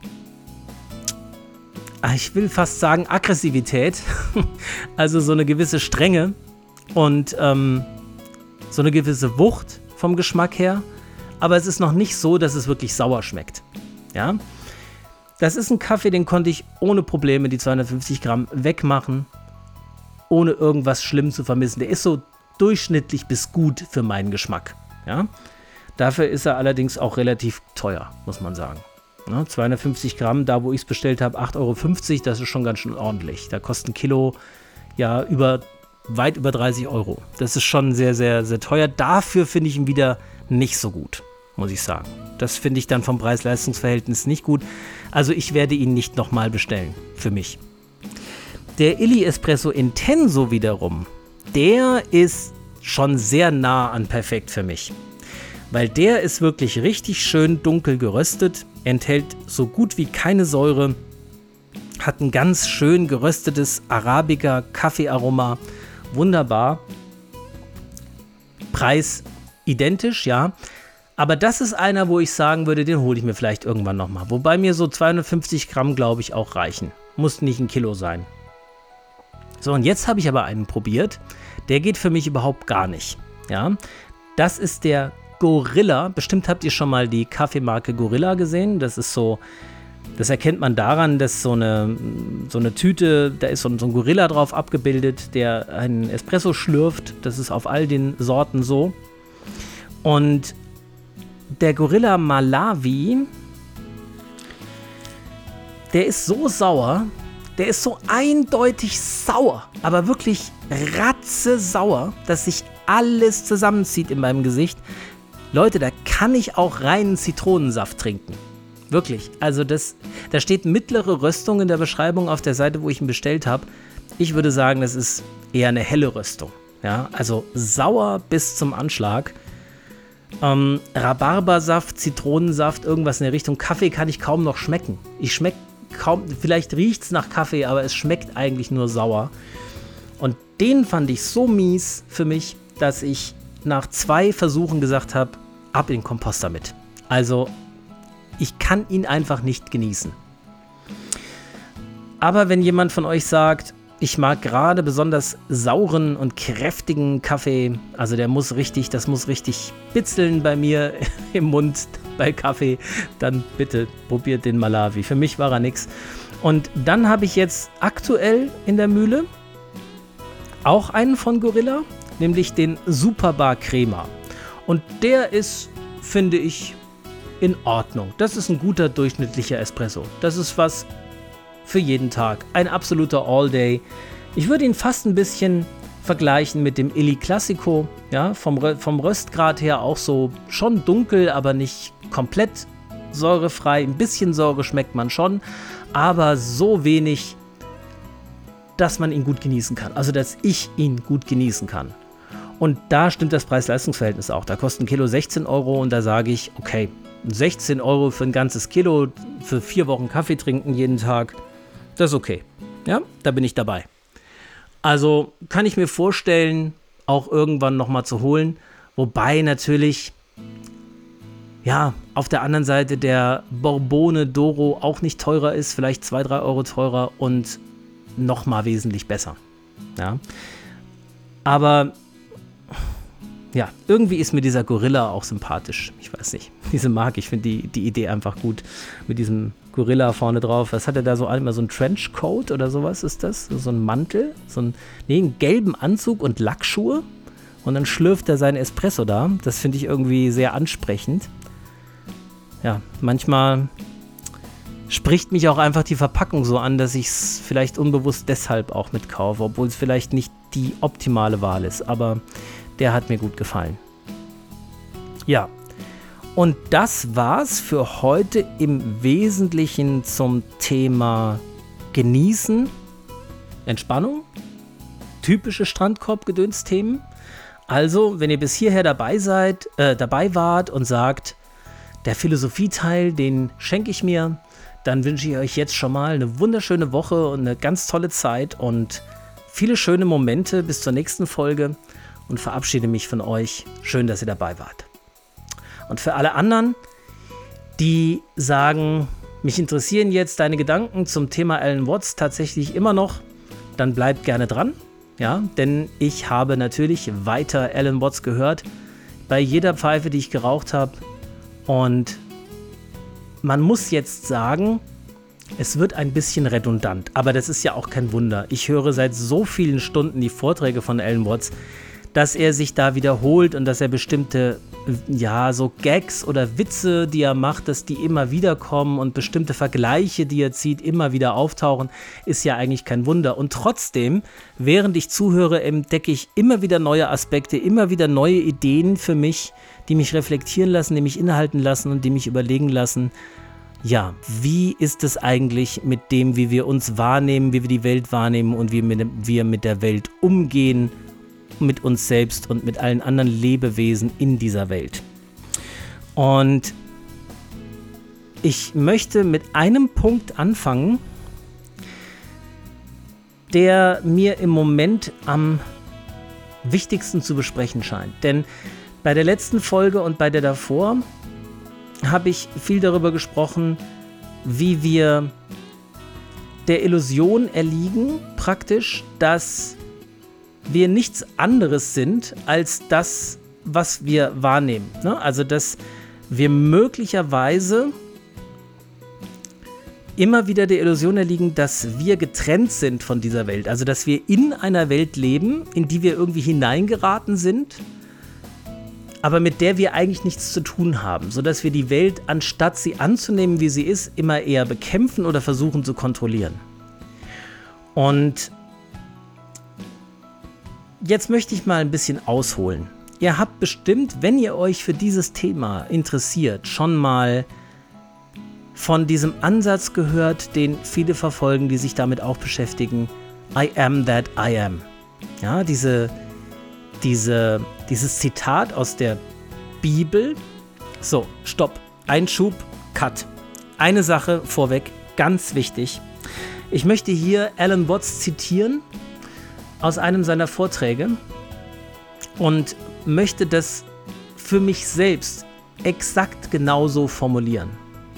ich will fast sagen Aggressivität, also so eine gewisse Strenge und so eine gewisse Wucht vom Geschmack her, aber es ist noch nicht so, dass es wirklich sauer schmeckt. Ja? Das ist ein Kaffee, den konnte ich ohne Probleme die 250 Gramm wegmachen, ohne irgendwas schlimm zu vermissen. Der ist so durchschnittlich bis gut für meinen Geschmack. Ja? Dafür ist er allerdings auch relativ teuer, muss man sagen. 250 Gramm, da wo ich es bestellt habe, 8,50 Euro, das ist schon ganz schön ordentlich. Da kostet ein Kilo ja weit über 30 Euro. Das ist schon sehr, sehr, sehr teuer. Dafür finde ich ihn wieder nicht so gut, muss ich sagen. Das finde ich dann vom Preis-Leistungs-Verhältnis nicht gut. Also ich werde ihn nicht nochmal bestellen, für mich. Der Illy Espresso Intenso wiederum, der ist schon sehr nah an perfekt für mich. Weil der ist wirklich richtig schön dunkel geröstet, enthält so gut wie keine Säure, hat ein ganz schön geröstetes Arabica-Kaffeearoma, wunderbar. Preis identisch, ja. Aber das ist einer, wo ich sagen würde, den hole ich mir vielleicht irgendwann nochmal. Wobei mir so 250 Gramm, glaube ich, auch reichen. Muss nicht ein Kilo sein. So, und jetzt habe ich aber einen probiert. Der geht für mich überhaupt gar nicht. Ja, das ist der Gorilla. Bestimmt habt ihr schon mal die Kaffeemarke Gorilla gesehen. Das ist so, das erkennt man daran, dass so eine Tüte, da ist so ein Gorilla drauf abgebildet, der einen Espresso schlürft. Das ist auf all den Sorten so. Und der Gorilla Malawi, der ist so sauer, der ist so eindeutig sauer, aber wirklich ratzesauer, dass sich alles zusammenzieht in meinem Gesicht. Leute, da kann ich auch reinen Zitronensaft trinken. Wirklich, also da steht mittlere Röstung in der Beschreibung auf der Seite, wo ich ihn bestellt habe. Ich würde sagen, das ist eher eine helle Röstung. Ja, also sauer bis zum Anschlag. Rhabarbersaft, Zitronensaft, irgendwas in der Richtung. Kaffee kann ich kaum noch schmecken. Ich schmecke kaum, vielleicht riecht es nach Kaffee, aber es schmeckt eigentlich nur sauer. Und den fand ich so mies für mich, dass ich nach 2 Versuchen gesagt habe, ab in den Kompost damit. Also, ich kann ihn einfach nicht genießen. Aber wenn jemand von euch sagt, ich mag gerade besonders sauren und kräftigen Kaffee, also das muss richtig bitzeln bei mir im Mund bei Kaffee, dann bitte probiert den Malawi. Für mich war er nix. Und dann habe ich jetzt aktuell in der Mühle auch einen von Gorilla, nämlich den Superbar Crema. Und der ist, finde ich, in Ordnung. Das ist ein guter durchschnittlicher Espresso. Das ist was für jeden Tag. Ein absoluter All-Day. Ich würde ihn fast ein bisschen vergleichen mit dem Illy Classico. Ja, vom Röstgrad her auch so schon dunkel, aber nicht komplett säurefrei. Ein bisschen Säure schmeckt man schon, aber so wenig, dass man ihn gut genießen kann. Also, dass ich ihn gut genießen kann. Und da stimmt das Preis-Leistungs-Verhältnis auch. Da kostet ein Kilo 16 Euro und da sage ich, okay, 16 Euro für ein ganzes Kilo, für 4 Wochen Kaffee trinken jeden Tag, das ist okay. Ja, da bin ich dabei. Also kann ich mir vorstellen, auch irgendwann nochmal zu holen. Wobei natürlich, ja, auf der anderen Seite der Borbone Doro auch nicht teurer ist, vielleicht 2-3 Euro teurer und nochmal wesentlich besser. Ja, aber ja, irgendwie ist mir dieser Gorilla auch sympathisch. Ich weiß nicht, diese Marke, ich finde die Idee einfach gut. Mit diesem Gorilla vorne drauf. Was hat er da so einmal? So ein Trenchcoat oder sowas ist das? So ein Mantel? einen gelben Anzug und Lackschuhe. Und dann schlürft er seinen Espresso da. Das finde ich irgendwie sehr ansprechend. Ja, manchmal spricht mich auch einfach die Verpackung so an, dass ich es vielleicht unbewusst deshalb auch mitkaufe, obwohl es vielleicht nicht die optimale Wahl ist. Aber der hat mir gut gefallen. Ja, und das war's für heute im Wesentlichen zum Thema Genießen, Entspannung, typische Strandkorb-Gedöns-Themen. Also, wenn ihr bis hierher dabei wart und sagt, der Philosophieteil, den schenke ich mir, dann wünsche ich euch jetzt schon mal eine wunderschöne Woche und eine ganz tolle Zeit und viele schöne Momente bis zur nächsten Folge. Und verabschiede mich von euch. Schön, dass ihr dabei wart. Und für alle anderen, die sagen, mich interessieren jetzt deine Gedanken zum Thema Alan Watts tatsächlich immer noch, dann bleibt gerne dran. Ja, denn ich habe natürlich weiter Alan Watts gehört, bei jeder Pfeife, die ich geraucht habe. Und man muss jetzt sagen, es wird ein bisschen redundant. Aber das ist ja auch kein Wunder. Ich höre seit so vielen Stunden die Vorträge von Alan Watts, dass er sich da wiederholt und dass er bestimmte, ja, so Gags oder Witze, die er macht, dass die immer wieder kommen und bestimmte Vergleiche, die er zieht, immer wieder auftauchen, ist ja eigentlich kein Wunder. Und trotzdem, während ich zuhöre, entdecke ich immer wieder neue Aspekte, immer wieder neue Ideen für mich, die mich reflektieren lassen, die mich innehalten lassen und die mich überlegen lassen, ja, wie ist es eigentlich mit dem, wie wir uns wahrnehmen, wie wir die Welt wahrnehmen und wie wir mit der Welt umgehen, mit uns selbst und mit allen anderen Lebewesen in dieser Welt. Und ich möchte mit einem Punkt anfangen, der mir im Moment am wichtigsten zu besprechen scheint. Denn bei der letzten Folge und bei der davor habe ich viel darüber gesprochen, wie wir der Illusion erliegen, praktisch, dass wir nichts anderes sind als das, was wir wahrnehmen. Ne? Also, dass wir möglicherweise immer wieder der Illusion erliegen, dass wir getrennt sind von dieser Welt. Also, dass wir in einer Welt leben, in die wir irgendwie hineingeraten sind, aber mit der wir eigentlich nichts zu tun haben. Sodass wir die Welt, anstatt sie anzunehmen, wie sie ist, immer eher bekämpfen oder versuchen zu kontrollieren. Und jetzt möchte ich mal ein bisschen ausholen. Ihr habt bestimmt, wenn ihr euch für dieses Thema interessiert, schon mal von diesem Ansatz gehört, den viele verfolgen, die sich damit auch beschäftigen. I am that I am. Ja, dieses Zitat aus der Bibel. So, Stopp, Einschub, Cut. Eine Sache vorweg, ganz wichtig. Ich möchte hier Alan Watts zitieren aus einem seiner Vorträge und möchte das für mich selbst exakt genauso formulieren.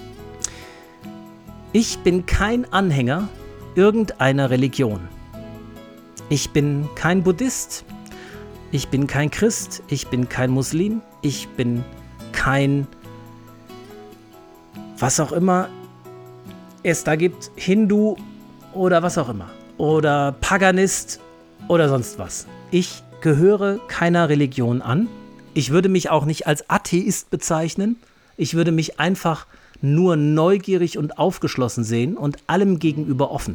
Ich bin kein Anhänger irgendeiner Religion. Ich bin kein Buddhist, ich bin kein Christ, ich bin kein Muslim, ich bin kein was auch immer es da gibt, Hindu oder was auch immer oder Paganist oder sonst was. Ich gehöre keiner Religion an. Ich würde mich auch nicht als Atheist bezeichnen. Ich würde mich einfach nur neugierig und aufgeschlossen sehen und allem gegenüber offen.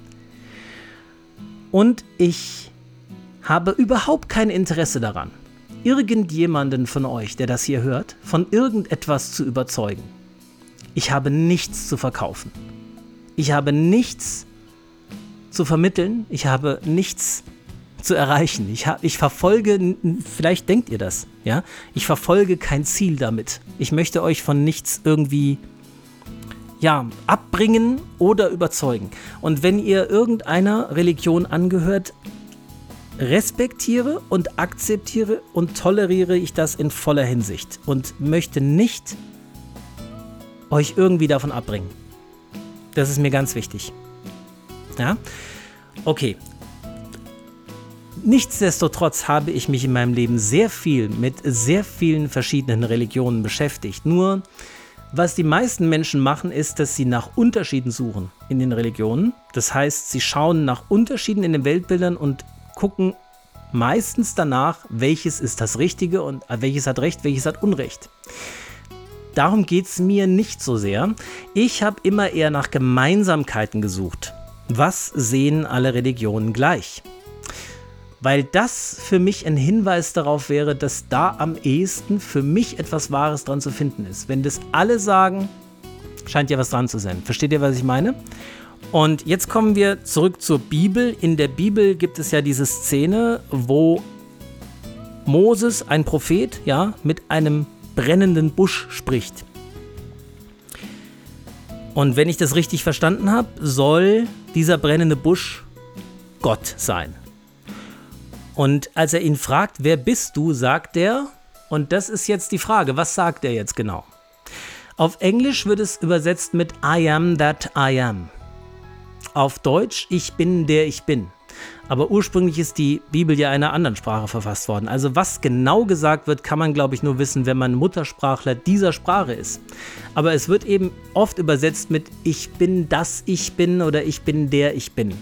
Und ich habe überhaupt kein Interesse daran, irgendjemanden von euch, der das hier hört, von irgendetwas zu überzeugen. Ich habe nichts zu verkaufen. Ich habe nichts zu vermitteln, ich habe nichts zu erreichen. Ich verfolge, vielleicht denkt ihr das, ja? Ich verfolge kein Ziel damit. Ich möchte euch von nichts irgendwie abbringen oder überzeugen. Und wenn ihr irgendeiner Religion angehört, respektiere und akzeptiere und toleriere ich das in voller Hinsicht und möchte nicht euch irgendwie davon abbringen. Das ist mir ganz wichtig. Ja? Okay. Nichtsdestotrotz habe ich mich in meinem Leben sehr viel mit sehr vielen verschiedenen Religionen beschäftigt. Nur, was die meisten Menschen machen, ist, dass sie nach Unterschieden suchen in den Religionen. Das heißt, sie schauen nach Unterschieden in den Weltbildern und gucken meistens danach, welches ist das Richtige und welches hat Recht, welches hat Unrecht. Darum geht es mir nicht so sehr. Ich habe immer eher nach Gemeinsamkeiten gesucht. Was sehen alle Religionen gleich? Weil das für mich ein Hinweis darauf wäre, dass da am ehesten für mich etwas Wahres dran zu finden ist. Wenn das alle sagen, scheint ja was dran zu sein. Versteht ihr, was ich meine? Und jetzt kommen wir zurück zur Bibel. In der Bibel gibt es ja diese Szene, wo Moses, ein Prophet, mit einem brennenden Busch spricht. Und wenn ich das richtig verstanden habe, soll dieser brennende Busch Gott sein. Und als er ihn fragt, wer bist du, sagt er, und das ist jetzt die Frage, was sagt er jetzt genau? Auf Englisch wird es übersetzt mit I am that I am. Auf Deutsch, ich bin der ich bin. Aber ursprünglich ist die Bibel ja in einer anderen Sprache verfasst worden. Also was genau gesagt wird, kann man, glaube ich, nur wissen, wenn man Muttersprachler dieser Sprache ist. Aber es wird eben oft übersetzt mit ich bin das ich bin oder ich bin der ich bin.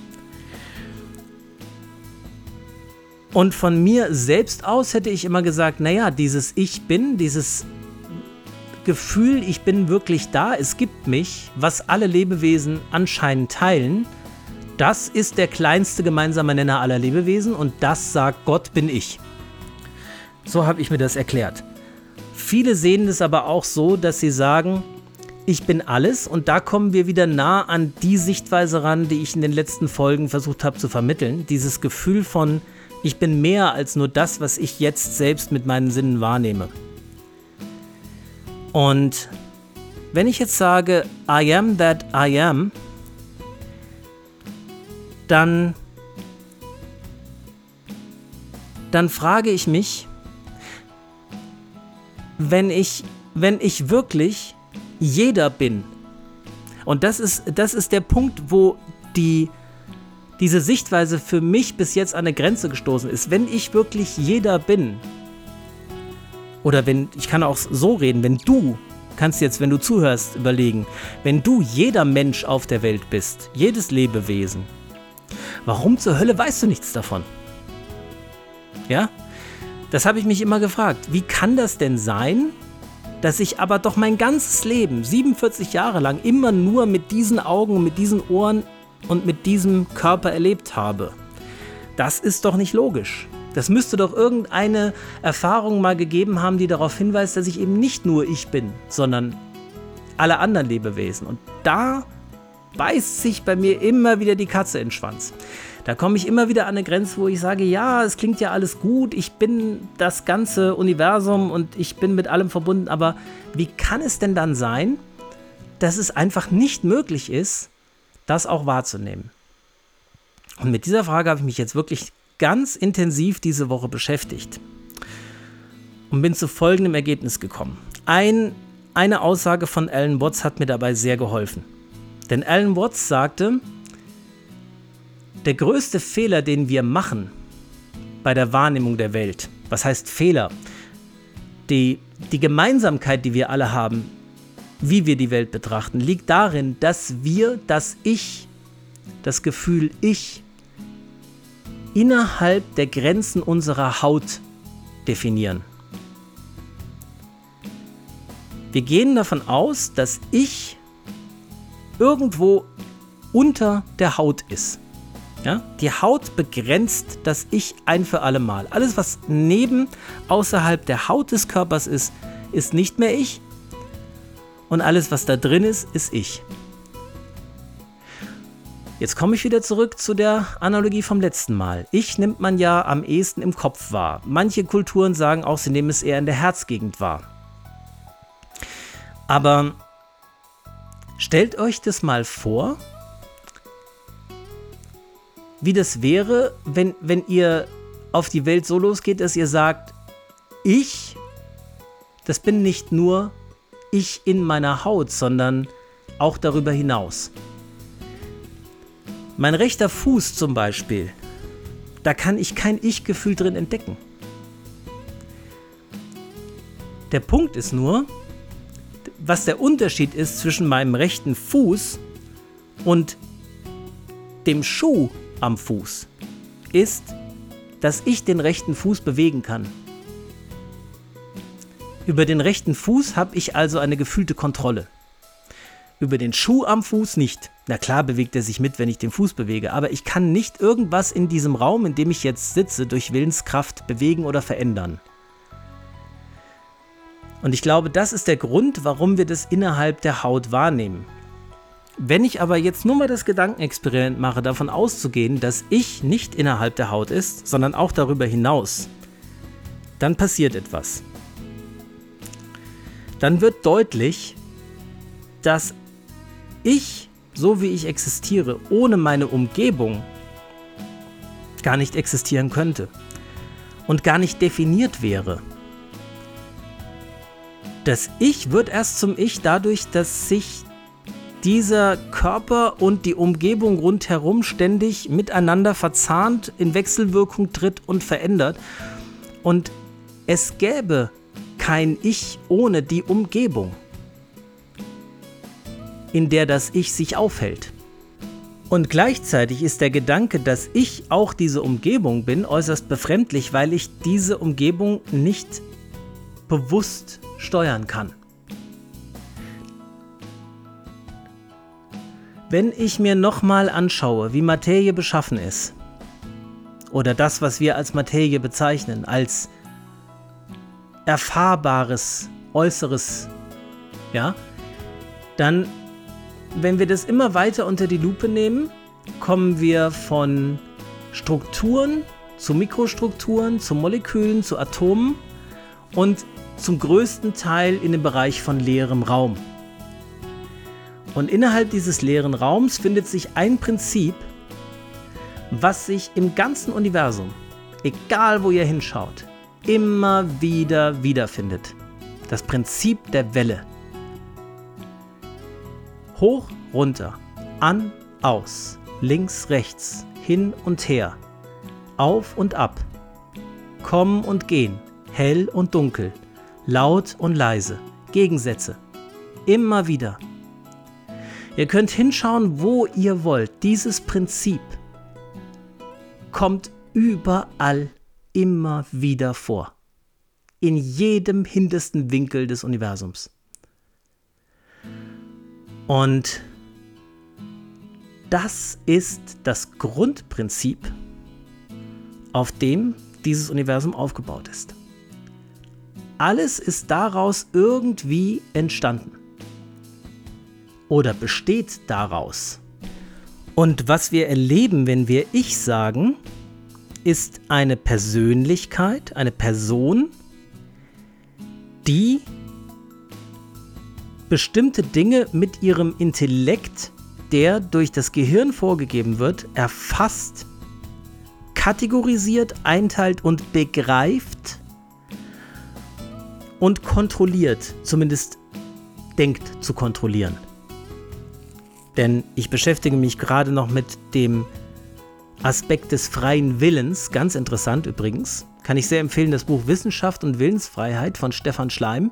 Und von mir selbst aus hätte ich immer gesagt, naja, dieses Ich bin, dieses Gefühl, ich bin wirklich da, es gibt mich, was alle Lebewesen anscheinend teilen, das ist der kleinste gemeinsame Nenner aller Lebewesen und das sagt Gott bin ich. So habe ich mir das erklärt. Viele sehen es aber auch so, dass sie sagen, ich bin alles und da kommen wir wieder nah an die Sichtweise ran, die ich in den letzten Folgen versucht habe zu vermitteln. Dieses Gefühl von ich bin mehr als nur das, was ich jetzt selbst mit meinen Sinnen wahrnehme. Und wenn ich jetzt sage, I am that I am, dann frage ich mich, wenn ich wirklich jeder bin, und das ist der Punkt, wo diese Sichtweise für mich bis jetzt an eine Grenze gestoßen ist. Wenn ich wirklich jeder bin, oder ich kann auch so reden, wenn du zuhörst, überlegen, wenn du jeder Mensch auf der Welt bist, jedes Lebewesen, warum zur Hölle weißt du nichts davon? Ja? Das habe ich mich immer gefragt. Wie kann das denn sein, dass ich aber doch mein ganzes Leben, 47 Jahre lang, immer nur mit diesen Augen, mit diesen Ohren und mit diesem Körper erlebt habe? Das ist doch nicht logisch. Das müsste doch irgendeine Erfahrung mal gegeben haben, die darauf hinweist, dass ich eben nicht nur ich bin, sondern alle anderen Lebewesen. Und da beißt sich bei mir immer wieder die Katze in den Schwanz. Da komme ich immer wieder an eine Grenze, wo ich sage, ja, es klingt ja alles gut, ich bin das ganze Universum und ich bin mit allem verbunden, aber wie kann es denn dann sein, dass es einfach nicht möglich ist, das auch wahrzunehmen? Und mit dieser Frage habe ich mich jetzt wirklich ganz intensiv diese Woche beschäftigt und bin zu folgendem Ergebnis gekommen. Eine Aussage von Alan Watts hat mir dabei sehr geholfen. Denn Alan Watts sagte, der größte Fehler, den wir machen bei der Wahrnehmung der Welt, was heißt Fehler? Die Gemeinsamkeit, die wir alle haben, wie wir die Welt betrachten, liegt darin, dass wir das Ich, das Gefühl Ich, innerhalb der Grenzen unserer Haut definieren. Wir gehen davon aus, dass Ich irgendwo unter der Haut ist. Ja? Die Haut begrenzt das Ich ein für alle Mal. Alles, was außerhalb der Haut des Körpers ist nicht mehr Ich. Und alles, was da drin ist ich. Jetzt komme ich wieder zurück zu der Analogie vom letzten Mal. Ich nimmt man ja am ehesten im Kopf wahr. Manche Kulturen sagen auch, sie nehmen es eher in der Herzgegend wahr. Aber stellt euch das mal vor, wie das wäre, wenn ihr auf die Welt so losgeht, dass ihr sagt, das bin nicht nur ich in meiner Haut, sondern auch darüber hinaus. Mein rechter Fuß zum Beispiel, da kann ich kein Ich-Gefühl drin entdecken. Der Punkt ist nur, was der Unterschied ist zwischen meinem rechten Fuß und dem Schuh am Fuß, ist, dass ich den rechten Fuß bewegen kann. Über den rechten Fuß habe ich also eine gefühlte Kontrolle. Über den Schuh am Fuß nicht. Na klar bewegt er sich mit, wenn ich den Fuß bewege, aber ich kann nicht irgendwas in diesem Raum, in dem ich jetzt sitze, durch Willenskraft bewegen oder verändern. Und ich glaube, das ist der Grund, warum wir das innerhalb der Haut wahrnehmen. Wenn ich aber jetzt nur mal das Gedankenexperiment mache, davon auszugehen, dass ich nicht innerhalb der Haut ist, sondern auch darüber hinaus, dann passiert etwas. Dann wird deutlich, dass ich, so wie ich existiere, ohne meine Umgebung gar nicht existieren könnte und gar nicht definiert wäre. Das Ich wird erst zum Ich dadurch, dass sich dieser Körper und die Umgebung rundherum ständig miteinander verzahnt, in Wechselwirkung tritt und verändert. Und es gäbe kein Ich ohne die Umgebung, in der das Ich sich aufhält. Und gleichzeitig ist der Gedanke, dass ich auch diese Umgebung bin, äußerst befremdlich, weil ich diese Umgebung nicht bewusst steuern kann. Wenn ich mir nochmal anschaue, wie Materie beschaffen ist, oder das, was wir als Materie bezeichnen, als erfahrbares Äußeres, ja, dann, wenn wir das immer weiter unter die Lupe nehmen, kommen wir von Strukturen zu Mikrostrukturen, zu Molekülen, zu Atomen und zum größten Teil in dem Bereich von leerem Raum. Und innerhalb dieses leeren Raums findet sich ein Prinzip, was sich im ganzen Universum, egal wo ihr hinschaut, immer wieder wiederfindet. Das Prinzip der Welle. Hoch, runter, an, aus, links, rechts, hin und her, auf und ab, kommen und gehen, hell und dunkel, laut und leise, Gegensätze, immer wieder. Ihr könnt hinschauen, wo ihr wollt. Dieses Prinzip kommt überall immer wieder vor. In jedem hintersten Winkel des Universums. Und das ist das Grundprinzip, auf dem dieses Universum aufgebaut ist. Alles ist daraus irgendwie entstanden. Oder besteht daraus. Und was wir erleben, wenn wir Ich sagen, ist eine Persönlichkeit, eine Person, die bestimmte Dinge mit ihrem Intellekt, der durch das Gehirn vorgegeben wird, erfasst, kategorisiert, einteilt und begreift und kontrolliert, zumindest denkt zu kontrollieren. Denn ich beschäftige mich gerade noch mit dem Aspekt des freien Willens, ganz interessant übrigens, kann ich sehr empfehlen, das Buch Wissenschaft und Willensfreiheit von Stefan Schleim.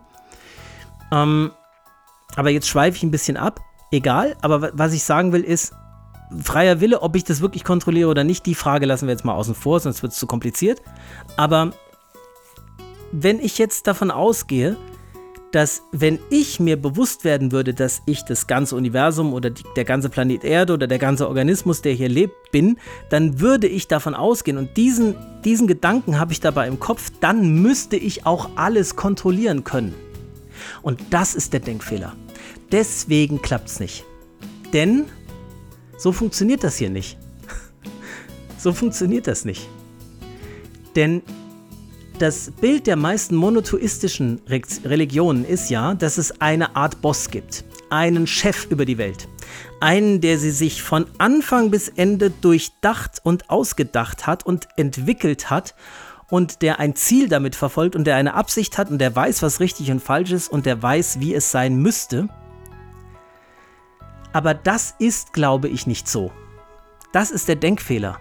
Aber jetzt schweife ich ein bisschen ab, egal, aber was ich sagen will ist, freier Wille, ob ich das wirklich kontrolliere oder nicht, die Frage lassen wir jetzt mal außen vor, sonst wird es zu kompliziert. Aber wenn ich jetzt davon ausgehe, dass wenn ich mir bewusst werden würde, dass ich das ganze Universum oder der ganze Planet Erde oder der ganze Organismus, der hier lebt, bin, dann würde ich davon ausgehen und diesen Gedanken habe ich dabei im Kopf, dann müsste ich auch alles kontrollieren können. Und das ist der Denkfehler. Deswegen klappt es nicht. Denn So funktioniert das hier nicht. So funktioniert das nicht. Denn das Bild der meisten monotheistischen Religionen ist ja, dass es eine Art Boss gibt. Einen Chef über die Welt. Einen, der sie sich von Anfang bis Ende durchdacht und ausgedacht hat und entwickelt hat und der ein Ziel damit verfolgt und der eine Absicht hat und der weiß, was richtig und falsch ist und der weiß, wie es sein müsste. Aber das ist, glaube ich, nicht so. Das ist der Denkfehler.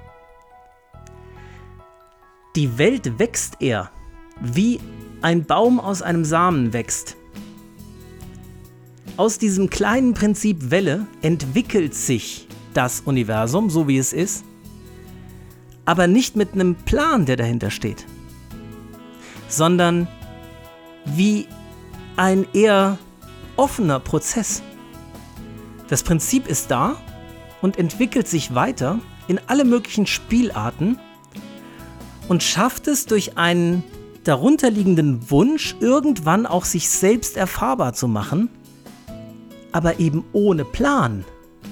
Die Welt wächst eher, wie ein Baum aus einem Samen wächst. Aus diesem kleinen Prinzip Welle entwickelt sich das Universum, so wie es ist, aber nicht mit einem Plan, der dahinter steht, sondern wie ein eher offener Prozess. Das Prinzip ist da und entwickelt sich weiter in alle möglichen Spielarten und schafft es durch einen darunterliegenden Wunsch, irgendwann auch sich selbst erfahrbar zu machen, aber eben ohne Plan.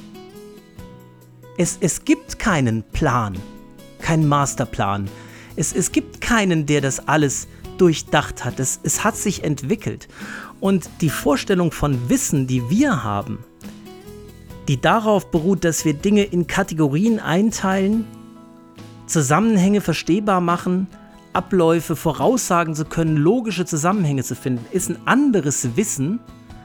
Es gibt keinen Plan, keinen Masterplan. Es gibt keinen, der das alles durchdacht hat. Es hat sich entwickelt. Und die Vorstellung von Wissen, die wir haben, die darauf beruht, dass wir Dinge in Kategorien einteilen, Zusammenhänge verstehbar machen, Abläufe voraussagen zu können, logische Zusammenhänge zu finden, ist ein anderes Wissen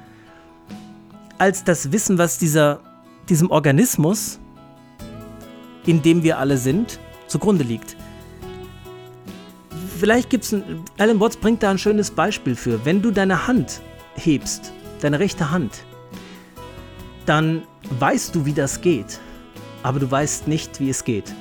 als das Wissen, was diesem Organismus, in dem wir alle sind, zugrunde liegt. Vielleicht Alan Watts bringt da ein schönes Beispiel für. Wenn du deine Hand hebst, deine rechte Hand, dann weißt du, wie das geht, aber du weißt nicht, wie es geht.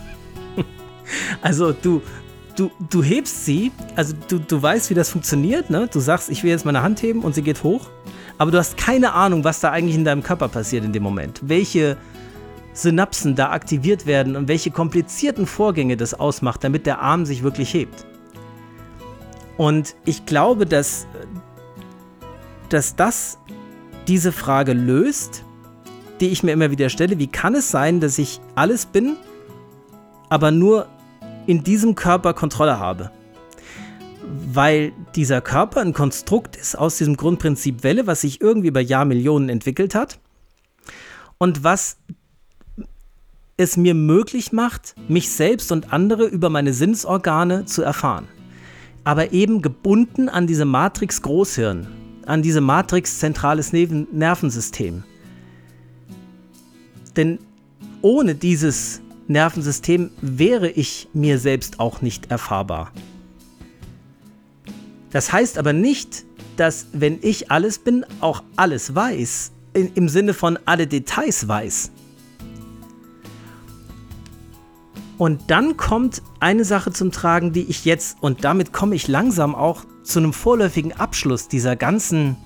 Also du hebst sie, also du weißt, wie das funktioniert, ne? Du sagst, ich will jetzt meine Hand heben und sie geht hoch, aber du hast keine Ahnung, was da eigentlich in deinem Körper passiert in dem Moment. Welche Synapsen da aktiviert werden und welche komplizierten Vorgänge das ausmacht, damit der Arm sich wirklich hebt. Und ich glaube, dass das diese Frage löst, die ich mir immer wieder stelle. Wie kann es sein, dass ich alles bin, aber nur in diesem Körper Kontrolle habe? Weil dieser Körper ein Konstrukt ist aus diesem Grundprinzip Welle, was sich irgendwie über Jahrmillionen entwickelt hat und was es mir möglich macht, mich selbst und andere über meine Sinnesorgane zu erfahren. Aber eben gebunden an diese Matrix Großhirn, an diese Matrix zentrales Nervensystem. Denn ohne dieses Nervensystem wäre ich mir selbst auch nicht erfahrbar. Das heißt aber nicht, dass, wenn ich alles bin, auch alles weiß, im Sinne von alle Details weiß. Und dann kommt eine Sache zum Tragen, die ich jetzt, und damit komme ich langsam auch zu einem vorläufigen Abschluss dieses ganzen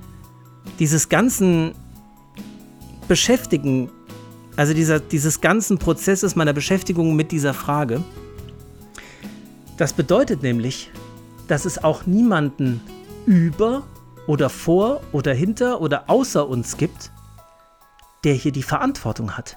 Beschäftigen, also dieses ganzen Prozesses meiner Beschäftigung mit dieser Frage. Das bedeutet nämlich, dass es auch niemanden über oder vor oder hinter oder außer uns gibt, der hier die Verantwortung hat.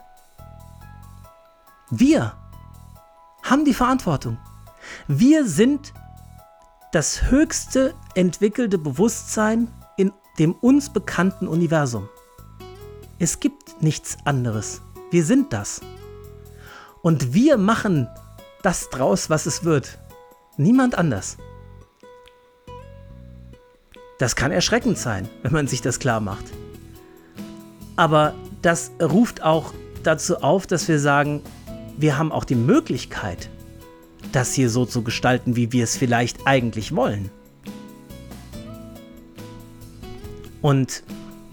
Wir haben die Verantwortung. Wir sind das höchste entwickelte Bewusstsein in dem uns bekannten Universum. Es gibt nichts anderes. Wir sind das. Und wir machen das draus, was es wird. Niemand anders. Das kann erschreckend sein, wenn man sich das klar macht. Aber das ruft auch dazu auf, dass wir sagen, wir haben auch die Möglichkeit, das hier so zu gestalten, wie wir es vielleicht eigentlich wollen. Und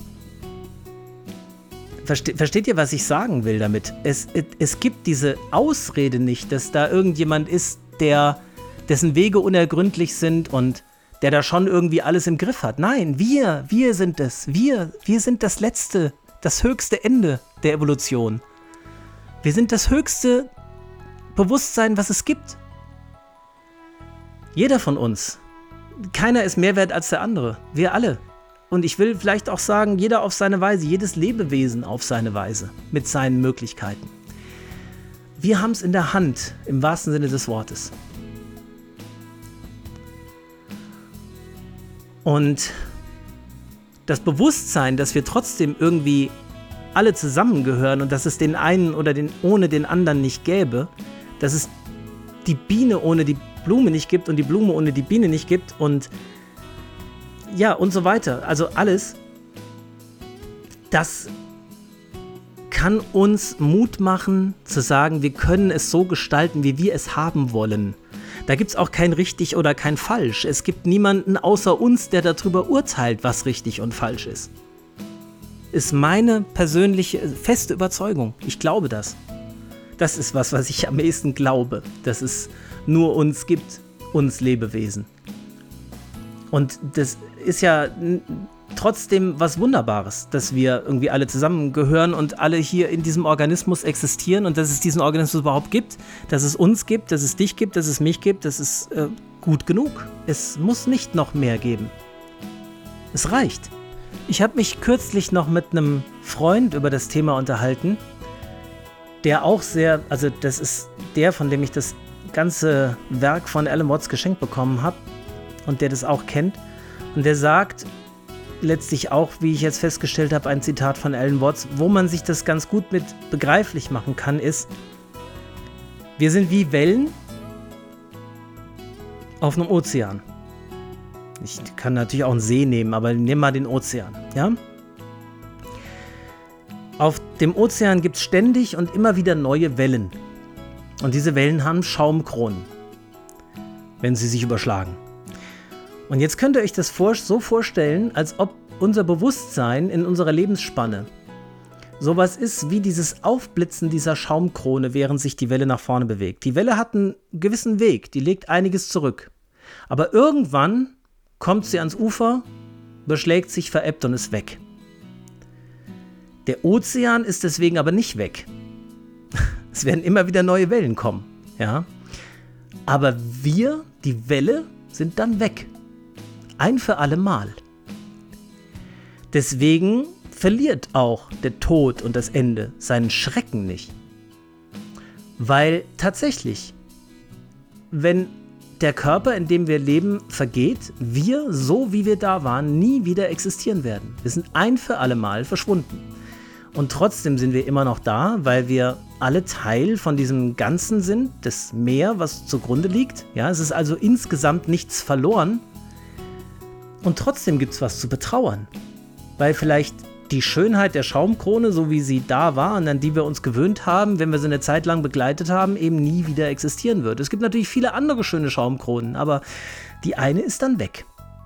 versteht ihr, was ich sagen will damit? Es gibt diese Ausrede nicht, dass da irgendjemand ist, dessen Wege unergründlich sind und der da schon irgendwie alles im Griff hat. Nein, wir sind es. Wir sind das letzte, das höchste Ende der Evolution. Wir sind das höchste Bewusstsein, was es gibt. Jeder von uns. Keiner ist mehr wert als der andere. Wir alle. und ich will vielleicht auch sagen, jeder auf seine Weise, jedes Lebewesen auf seine Weise, mit seinen Möglichkeiten. Wir haben es in der Hand, im wahrsten Sinne des Wortes. Und das Bewusstsein, dass wir trotzdem irgendwie alle zusammengehören und dass es den einen oder ohne den anderen nicht gäbe, dass es die Biene ohne die Blume nicht gibt und die Blume ohne die Biene nicht gibt und ja und so weiter. Also alles, das kann uns Mut machen zu sagen, wir können es so gestalten, wie wir es haben wollen. Da gibt es auch kein richtig oder kein falsch. Es gibt niemanden außer uns, der darüber urteilt, was richtig und falsch ist. Ist meine persönliche feste Überzeugung. Ich glaube das. Das ist was ich am ehesten glaube, dass es nur uns gibt, uns Lebewesen. Und das ist ja trotzdem was Wunderbares, dass wir irgendwie alle zusammengehören und alle hier in diesem Organismus existieren und dass es diesen Organismus überhaupt gibt, dass es uns gibt, dass es dich gibt, dass es mich gibt, das ist gut genug. Es muss nicht noch mehr geben. Es reicht. Ich habe mich kürzlich noch mit einem Freund über das Thema unterhalten, der auch also das ist der, von dem ich das ganze Werk von Alan Watts geschenkt bekommen habe und der das auch kennt. Und der sagt letztlich auch, wie ich jetzt festgestellt habe, ein Zitat von Alan Watts, wo man sich das ganz gut mit begreiflich machen kann, ist: Wir sind wie Wellen auf einem Ozean. Ich kann natürlich auch einen See nehmen, aber nehmen mal den Ozean, ja? Auf dem Ozean gibt es ständig und immer wieder neue Wellen. Und diese Wellen haben Schaumkronen, wenn sie sich überschlagen. Und jetzt könnt ihr euch das so vorstellen, als ob unser Bewusstsein in unserer Lebensspanne sowas ist wie dieses Aufblitzen dieser Schaumkrone, während sich die Welle nach vorne bewegt. Die Welle hat einen gewissen Weg, die legt einiges zurück. Aber irgendwann kommt sie ans Ufer, beschlägt sich, verebbt und ist weg. Der Ozean ist deswegen aber nicht weg. Es werden immer wieder neue Wellen kommen, ja. Aber wir, die Welle, sind dann weg. Ein für alle Mal. Deswegen verliert auch der Tod und das Ende seinen Schrecken nicht. Weil tatsächlich, wenn der Körper, in dem wir leben, vergeht, wir, so wie wir da waren, nie wieder existieren werden. Wir sind ein für alle Mal verschwunden. Und trotzdem sind wir immer noch da, weil wir alle Teil von diesem Ganzen sind, das Meer, was zugrunde liegt. Ja, es ist also insgesamt nichts verloren. Und trotzdem gibt es was zu betrauern. Weil vielleicht die Schönheit der Schaumkrone, so wie sie da war und an die wir uns gewöhnt haben, wenn wir sie eine Zeit lang begleitet haben, eben nie wieder existieren wird. Es gibt natürlich viele andere schöne Schaumkronen, aber die eine ist dann weg.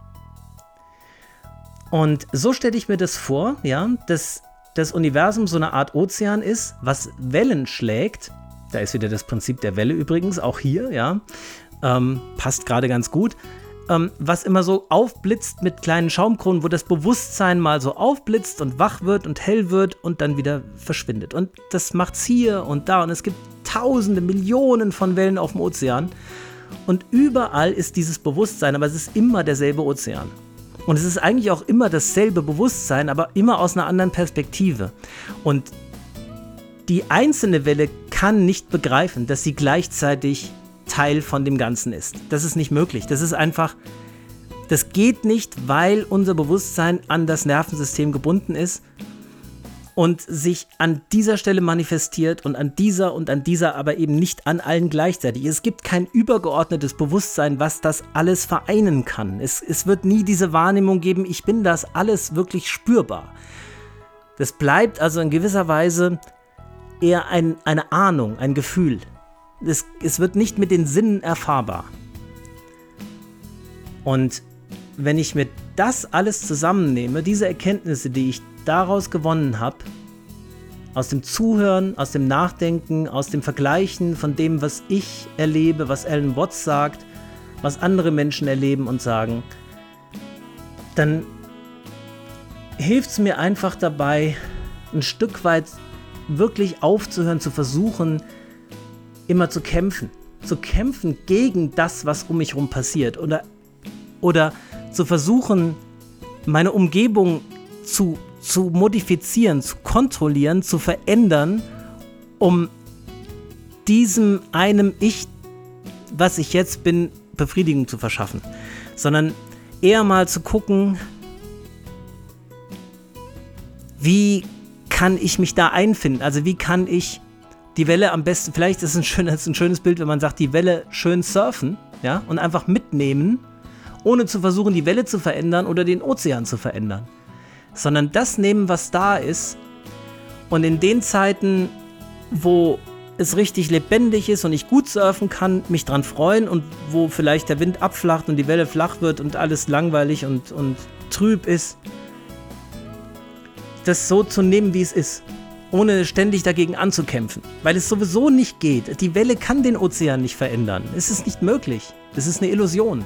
Und so stelle ich mir das vor, ja, dass das Universum so eine Art Ozean ist, was Wellen schlägt. Da ist wieder das Prinzip der Welle übrigens, auch hier, ja. Passt gerade ganz gut. Was immer so aufblitzt mit kleinen Schaumkronen, wo das Bewusstsein mal so aufblitzt und wach wird und hell wird und dann wieder verschwindet. Und das macht's hier und da und es gibt Tausende, Millionen von Wellen auf dem Ozean und überall ist dieses Bewusstsein, aber es ist immer derselbe Ozean. Und es ist eigentlich auch immer dasselbe Bewusstsein, aber immer aus einer anderen Perspektive. Und die einzelne Welle kann nicht begreifen, dass sie gleichzeitig Teil von dem Ganzen ist. Das ist nicht möglich. Das ist einfach, das geht nicht, weil unser Bewusstsein an das Nervensystem gebunden ist und sich an dieser Stelle manifestiert und an dieser, aber eben nicht an allen gleichzeitig. Es gibt kein übergeordnetes Bewusstsein, was das alles vereinen kann. Es wird nie diese Wahrnehmung geben, ich bin das alles wirklich spürbar. Das bleibt also in gewisser Weise eher eine Ahnung, ein Gefühl. Es wird nicht mit den Sinnen erfahrbar. Und wenn ich mir das alles zusammennehme, diese Erkenntnisse, die ich daraus gewonnen habe, aus dem Zuhören, aus dem Nachdenken, aus dem Vergleichen von dem, was ich erlebe, was Alan Watts sagt, was andere Menschen erleben und sagen, dann hilft es mir einfach dabei, ein Stück weit wirklich aufzuhören, zu versuchen, immer zu kämpfen gegen das, was um mich herum passiert oder zu versuchen, meine Umgebung zu modifizieren, zu kontrollieren, zu verändern, um diesem einem Ich, was ich jetzt bin, Befriedigung zu verschaffen. Sondern eher mal zu gucken, wie kann ich mich da einfinden? Also wie kann ich die Welle am besten, vielleicht ist es ein schönes Bild, wenn man sagt, die Welle schön surfen, ja, und einfach mitnehmen, ohne zu versuchen, die Welle zu verändern oder den Ozean zu verändern. Sondern das nehmen, was da ist, und in den Zeiten, wo es richtig lebendig ist und ich gut surfen kann, mich dran freuen, und wo vielleicht der Wind abflacht und die Welle flach wird und alles langweilig und trüb ist, das so zu nehmen, wie es ist, ohne ständig dagegen anzukämpfen, weil es sowieso nicht geht. Die Welle kann den Ozean nicht verändern. Es ist nicht möglich. Es ist eine Illusion.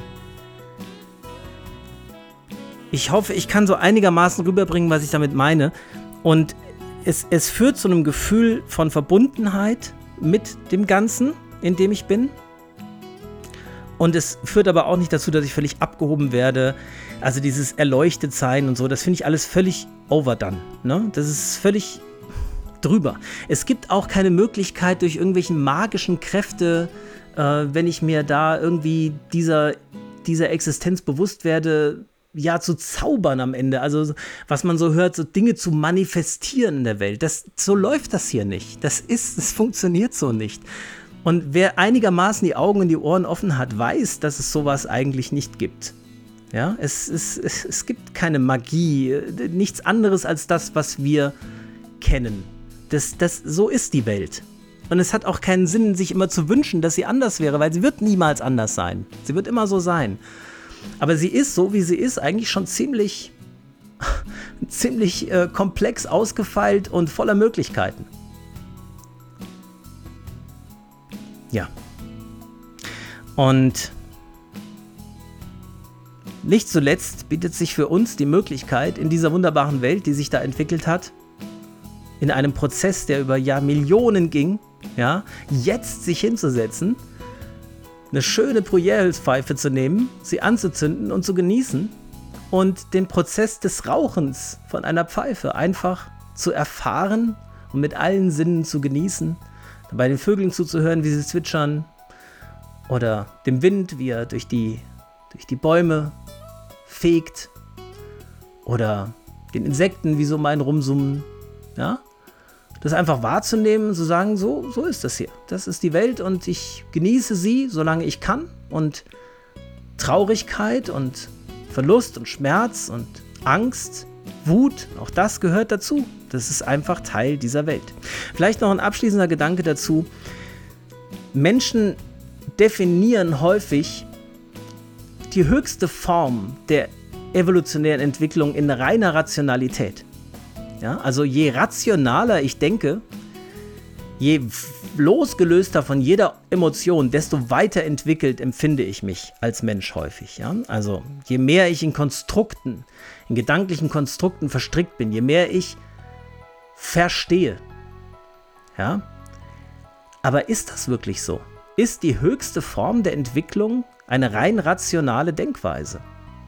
Ich hoffe, ich kann so einigermaßen rüberbringen, was ich damit meine. Und es führt zu einem Gefühl von Verbundenheit mit dem Ganzen, in dem ich bin. Und es führt aber auch nicht dazu, dass ich völlig abgehoben werde. Also dieses Erleuchtetsein und so, das finde ich alles völlig overdone. Ne? Das ist völlig drüber. Es gibt auch keine Möglichkeit, durch irgendwelchen magischen Kräfte, wenn ich mir da irgendwie dieser Existenz bewusst werde, ja, zu zaubern am Ende. Also was man so hört, so Dinge zu manifestieren in der Welt. So läuft das hier nicht. Das funktioniert so nicht. Und wer einigermaßen die Augen und die Ohren offen hat, weiß, dass es sowas eigentlich nicht gibt. Ja, es gibt keine Magie, nichts anderes als das, was wir kennen. So ist die Welt. Und es hat auch keinen Sinn, sich immer zu wünschen, dass sie anders wäre, weil sie wird niemals anders sein. Sie wird immer so sein. Aber sie ist, so wie sie ist, eigentlich schon ziemlich komplex ausgefeilt und voller Möglichkeiten. Ja. Und nicht zuletzt bietet sich für uns die Möglichkeit, in dieser wunderbaren Welt, die sich da entwickelt hat, in einem Prozess, der über Millionen ging, ja, jetzt sich hinzusetzen, eine schöne Bruyère-Holzpfeife zu nehmen, sie anzuzünden und zu genießen und den Prozess des Rauchens von einer Pfeife einfach zu erfahren und mit allen Sinnen zu genießen, dabei den Vögeln zuzuhören, wie sie zwitschern, oder dem Wind, wie er durch die Bäume fegt, oder den Insekten, wie so mein Rumsummen, ja, das einfach wahrzunehmen, zu sagen, so ist das hier. Das ist die Welt und ich genieße sie, solange ich kann. Und Traurigkeit und Verlust und Schmerz und Angst, Wut, auch das gehört dazu. Das ist einfach Teil dieser Welt. Vielleicht noch ein abschließender Gedanke dazu. Menschen definieren häufig die höchste Form der evolutionären Entwicklung in reiner Rationalität. Ja, also je rationaler ich denke, je losgelöster von jeder Emotion, desto weiterentwickelt empfinde ich mich als Mensch häufig. Ja? Also je mehr ich in gedanklichen Konstrukten verstrickt bin, je mehr ich verstehe. Ja? Aber ist das wirklich so? Ist die höchste Form der Entwicklung eine rein rationale Denkweise?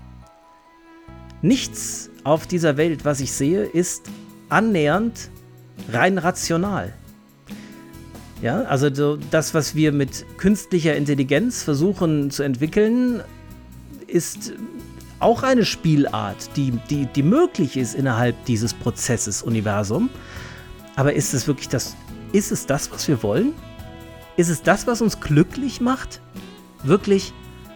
Nichts auf dieser Welt, was ich sehe, ist annähernd rein rational. Ja, also das, was wir mit künstlicher Intelligenz versuchen zu entwickeln, ist auch eine Spielart, die möglich ist innerhalb dieses Prozesses Universum. Aber ist es wirklich das, was wir wollen? Ist es das, was uns glücklich macht? Wirklich,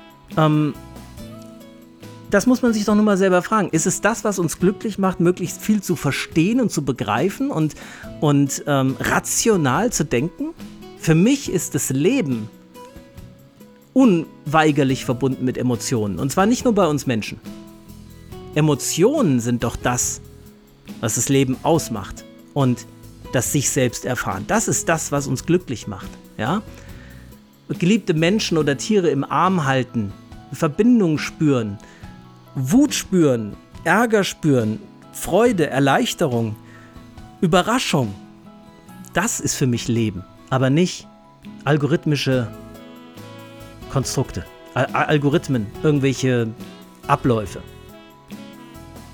das muss man sich doch nur mal selber fragen. Ist es das, was uns glücklich macht, möglichst viel zu verstehen und zu begreifen und rational zu denken? Für mich ist das Leben unweigerlich verbunden mit Emotionen. Und zwar nicht nur bei uns Menschen. Emotionen sind doch das, was das Leben ausmacht. Und das sich selbst erfahren. Das ist das, was uns glücklich macht. Ja? Geliebte Menschen oder Tiere im Arm halten, Verbindung spüren, Wut spüren, Ärger spüren, Freude, Erleichterung, Überraschung. Das ist für mich Leben, aber nicht algorithmische Konstrukte, Algorithmen, irgendwelche Abläufe.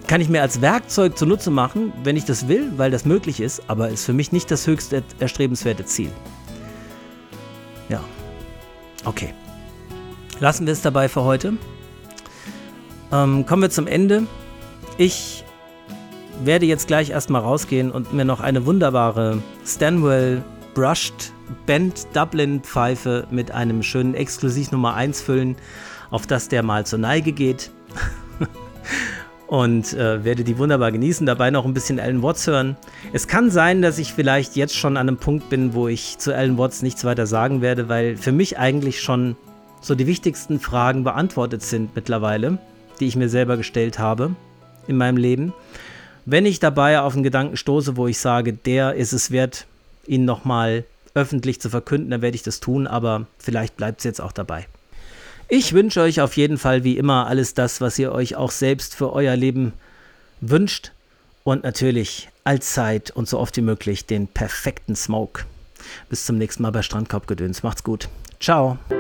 kann ich mir als Werkzeug zunutze machen, wenn ich das will, weil das möglich ist, aber ist für mich nicht das höchst erstrebenswerte Ziel. Ja, okay. Lassen wir es dabei für heute. Kommen wir zum Ende. Ich werde jetzt gleich erstmal rausgehen und mir noch eine wunderbare Stanwell Brushed Bent Dublin Pfeife mit einem schönen Exklusiv Nummer 1 füllen, auf das der mal zur Neige geht. Und werde die wunderbar genießen, dabei noch ein bisschen Alan Watts hören. Es kann sein, dass ich vielleicht jetzt schon an einem Punkt bin, wo ich zu Alan Watts nichts weiter sagen werde, weil für mich eigentlich schon so die wichtigsten Fragen beantwortet sind mittlerweile, die ich mir selber gestellt habe in meinem Leben. Wenn ich dabei auf einen Gedanken stoße, wo ich sage, der ist es wert, ihn nochmal öffentlich zu verkünden, dann werde ich das tun, aber vielleicht bleibt es jetzt auch dabei. Ich wünsche euch auf jeden Fall wie immer alles das, was ihr euch auch selbst für euer Leben wünscht und natürlich allzeit und so oft wie möglich den perfekten Smoke. Bis zum nächsten Mal bei Strandkorbgedöns. Macht's gut. Ciao.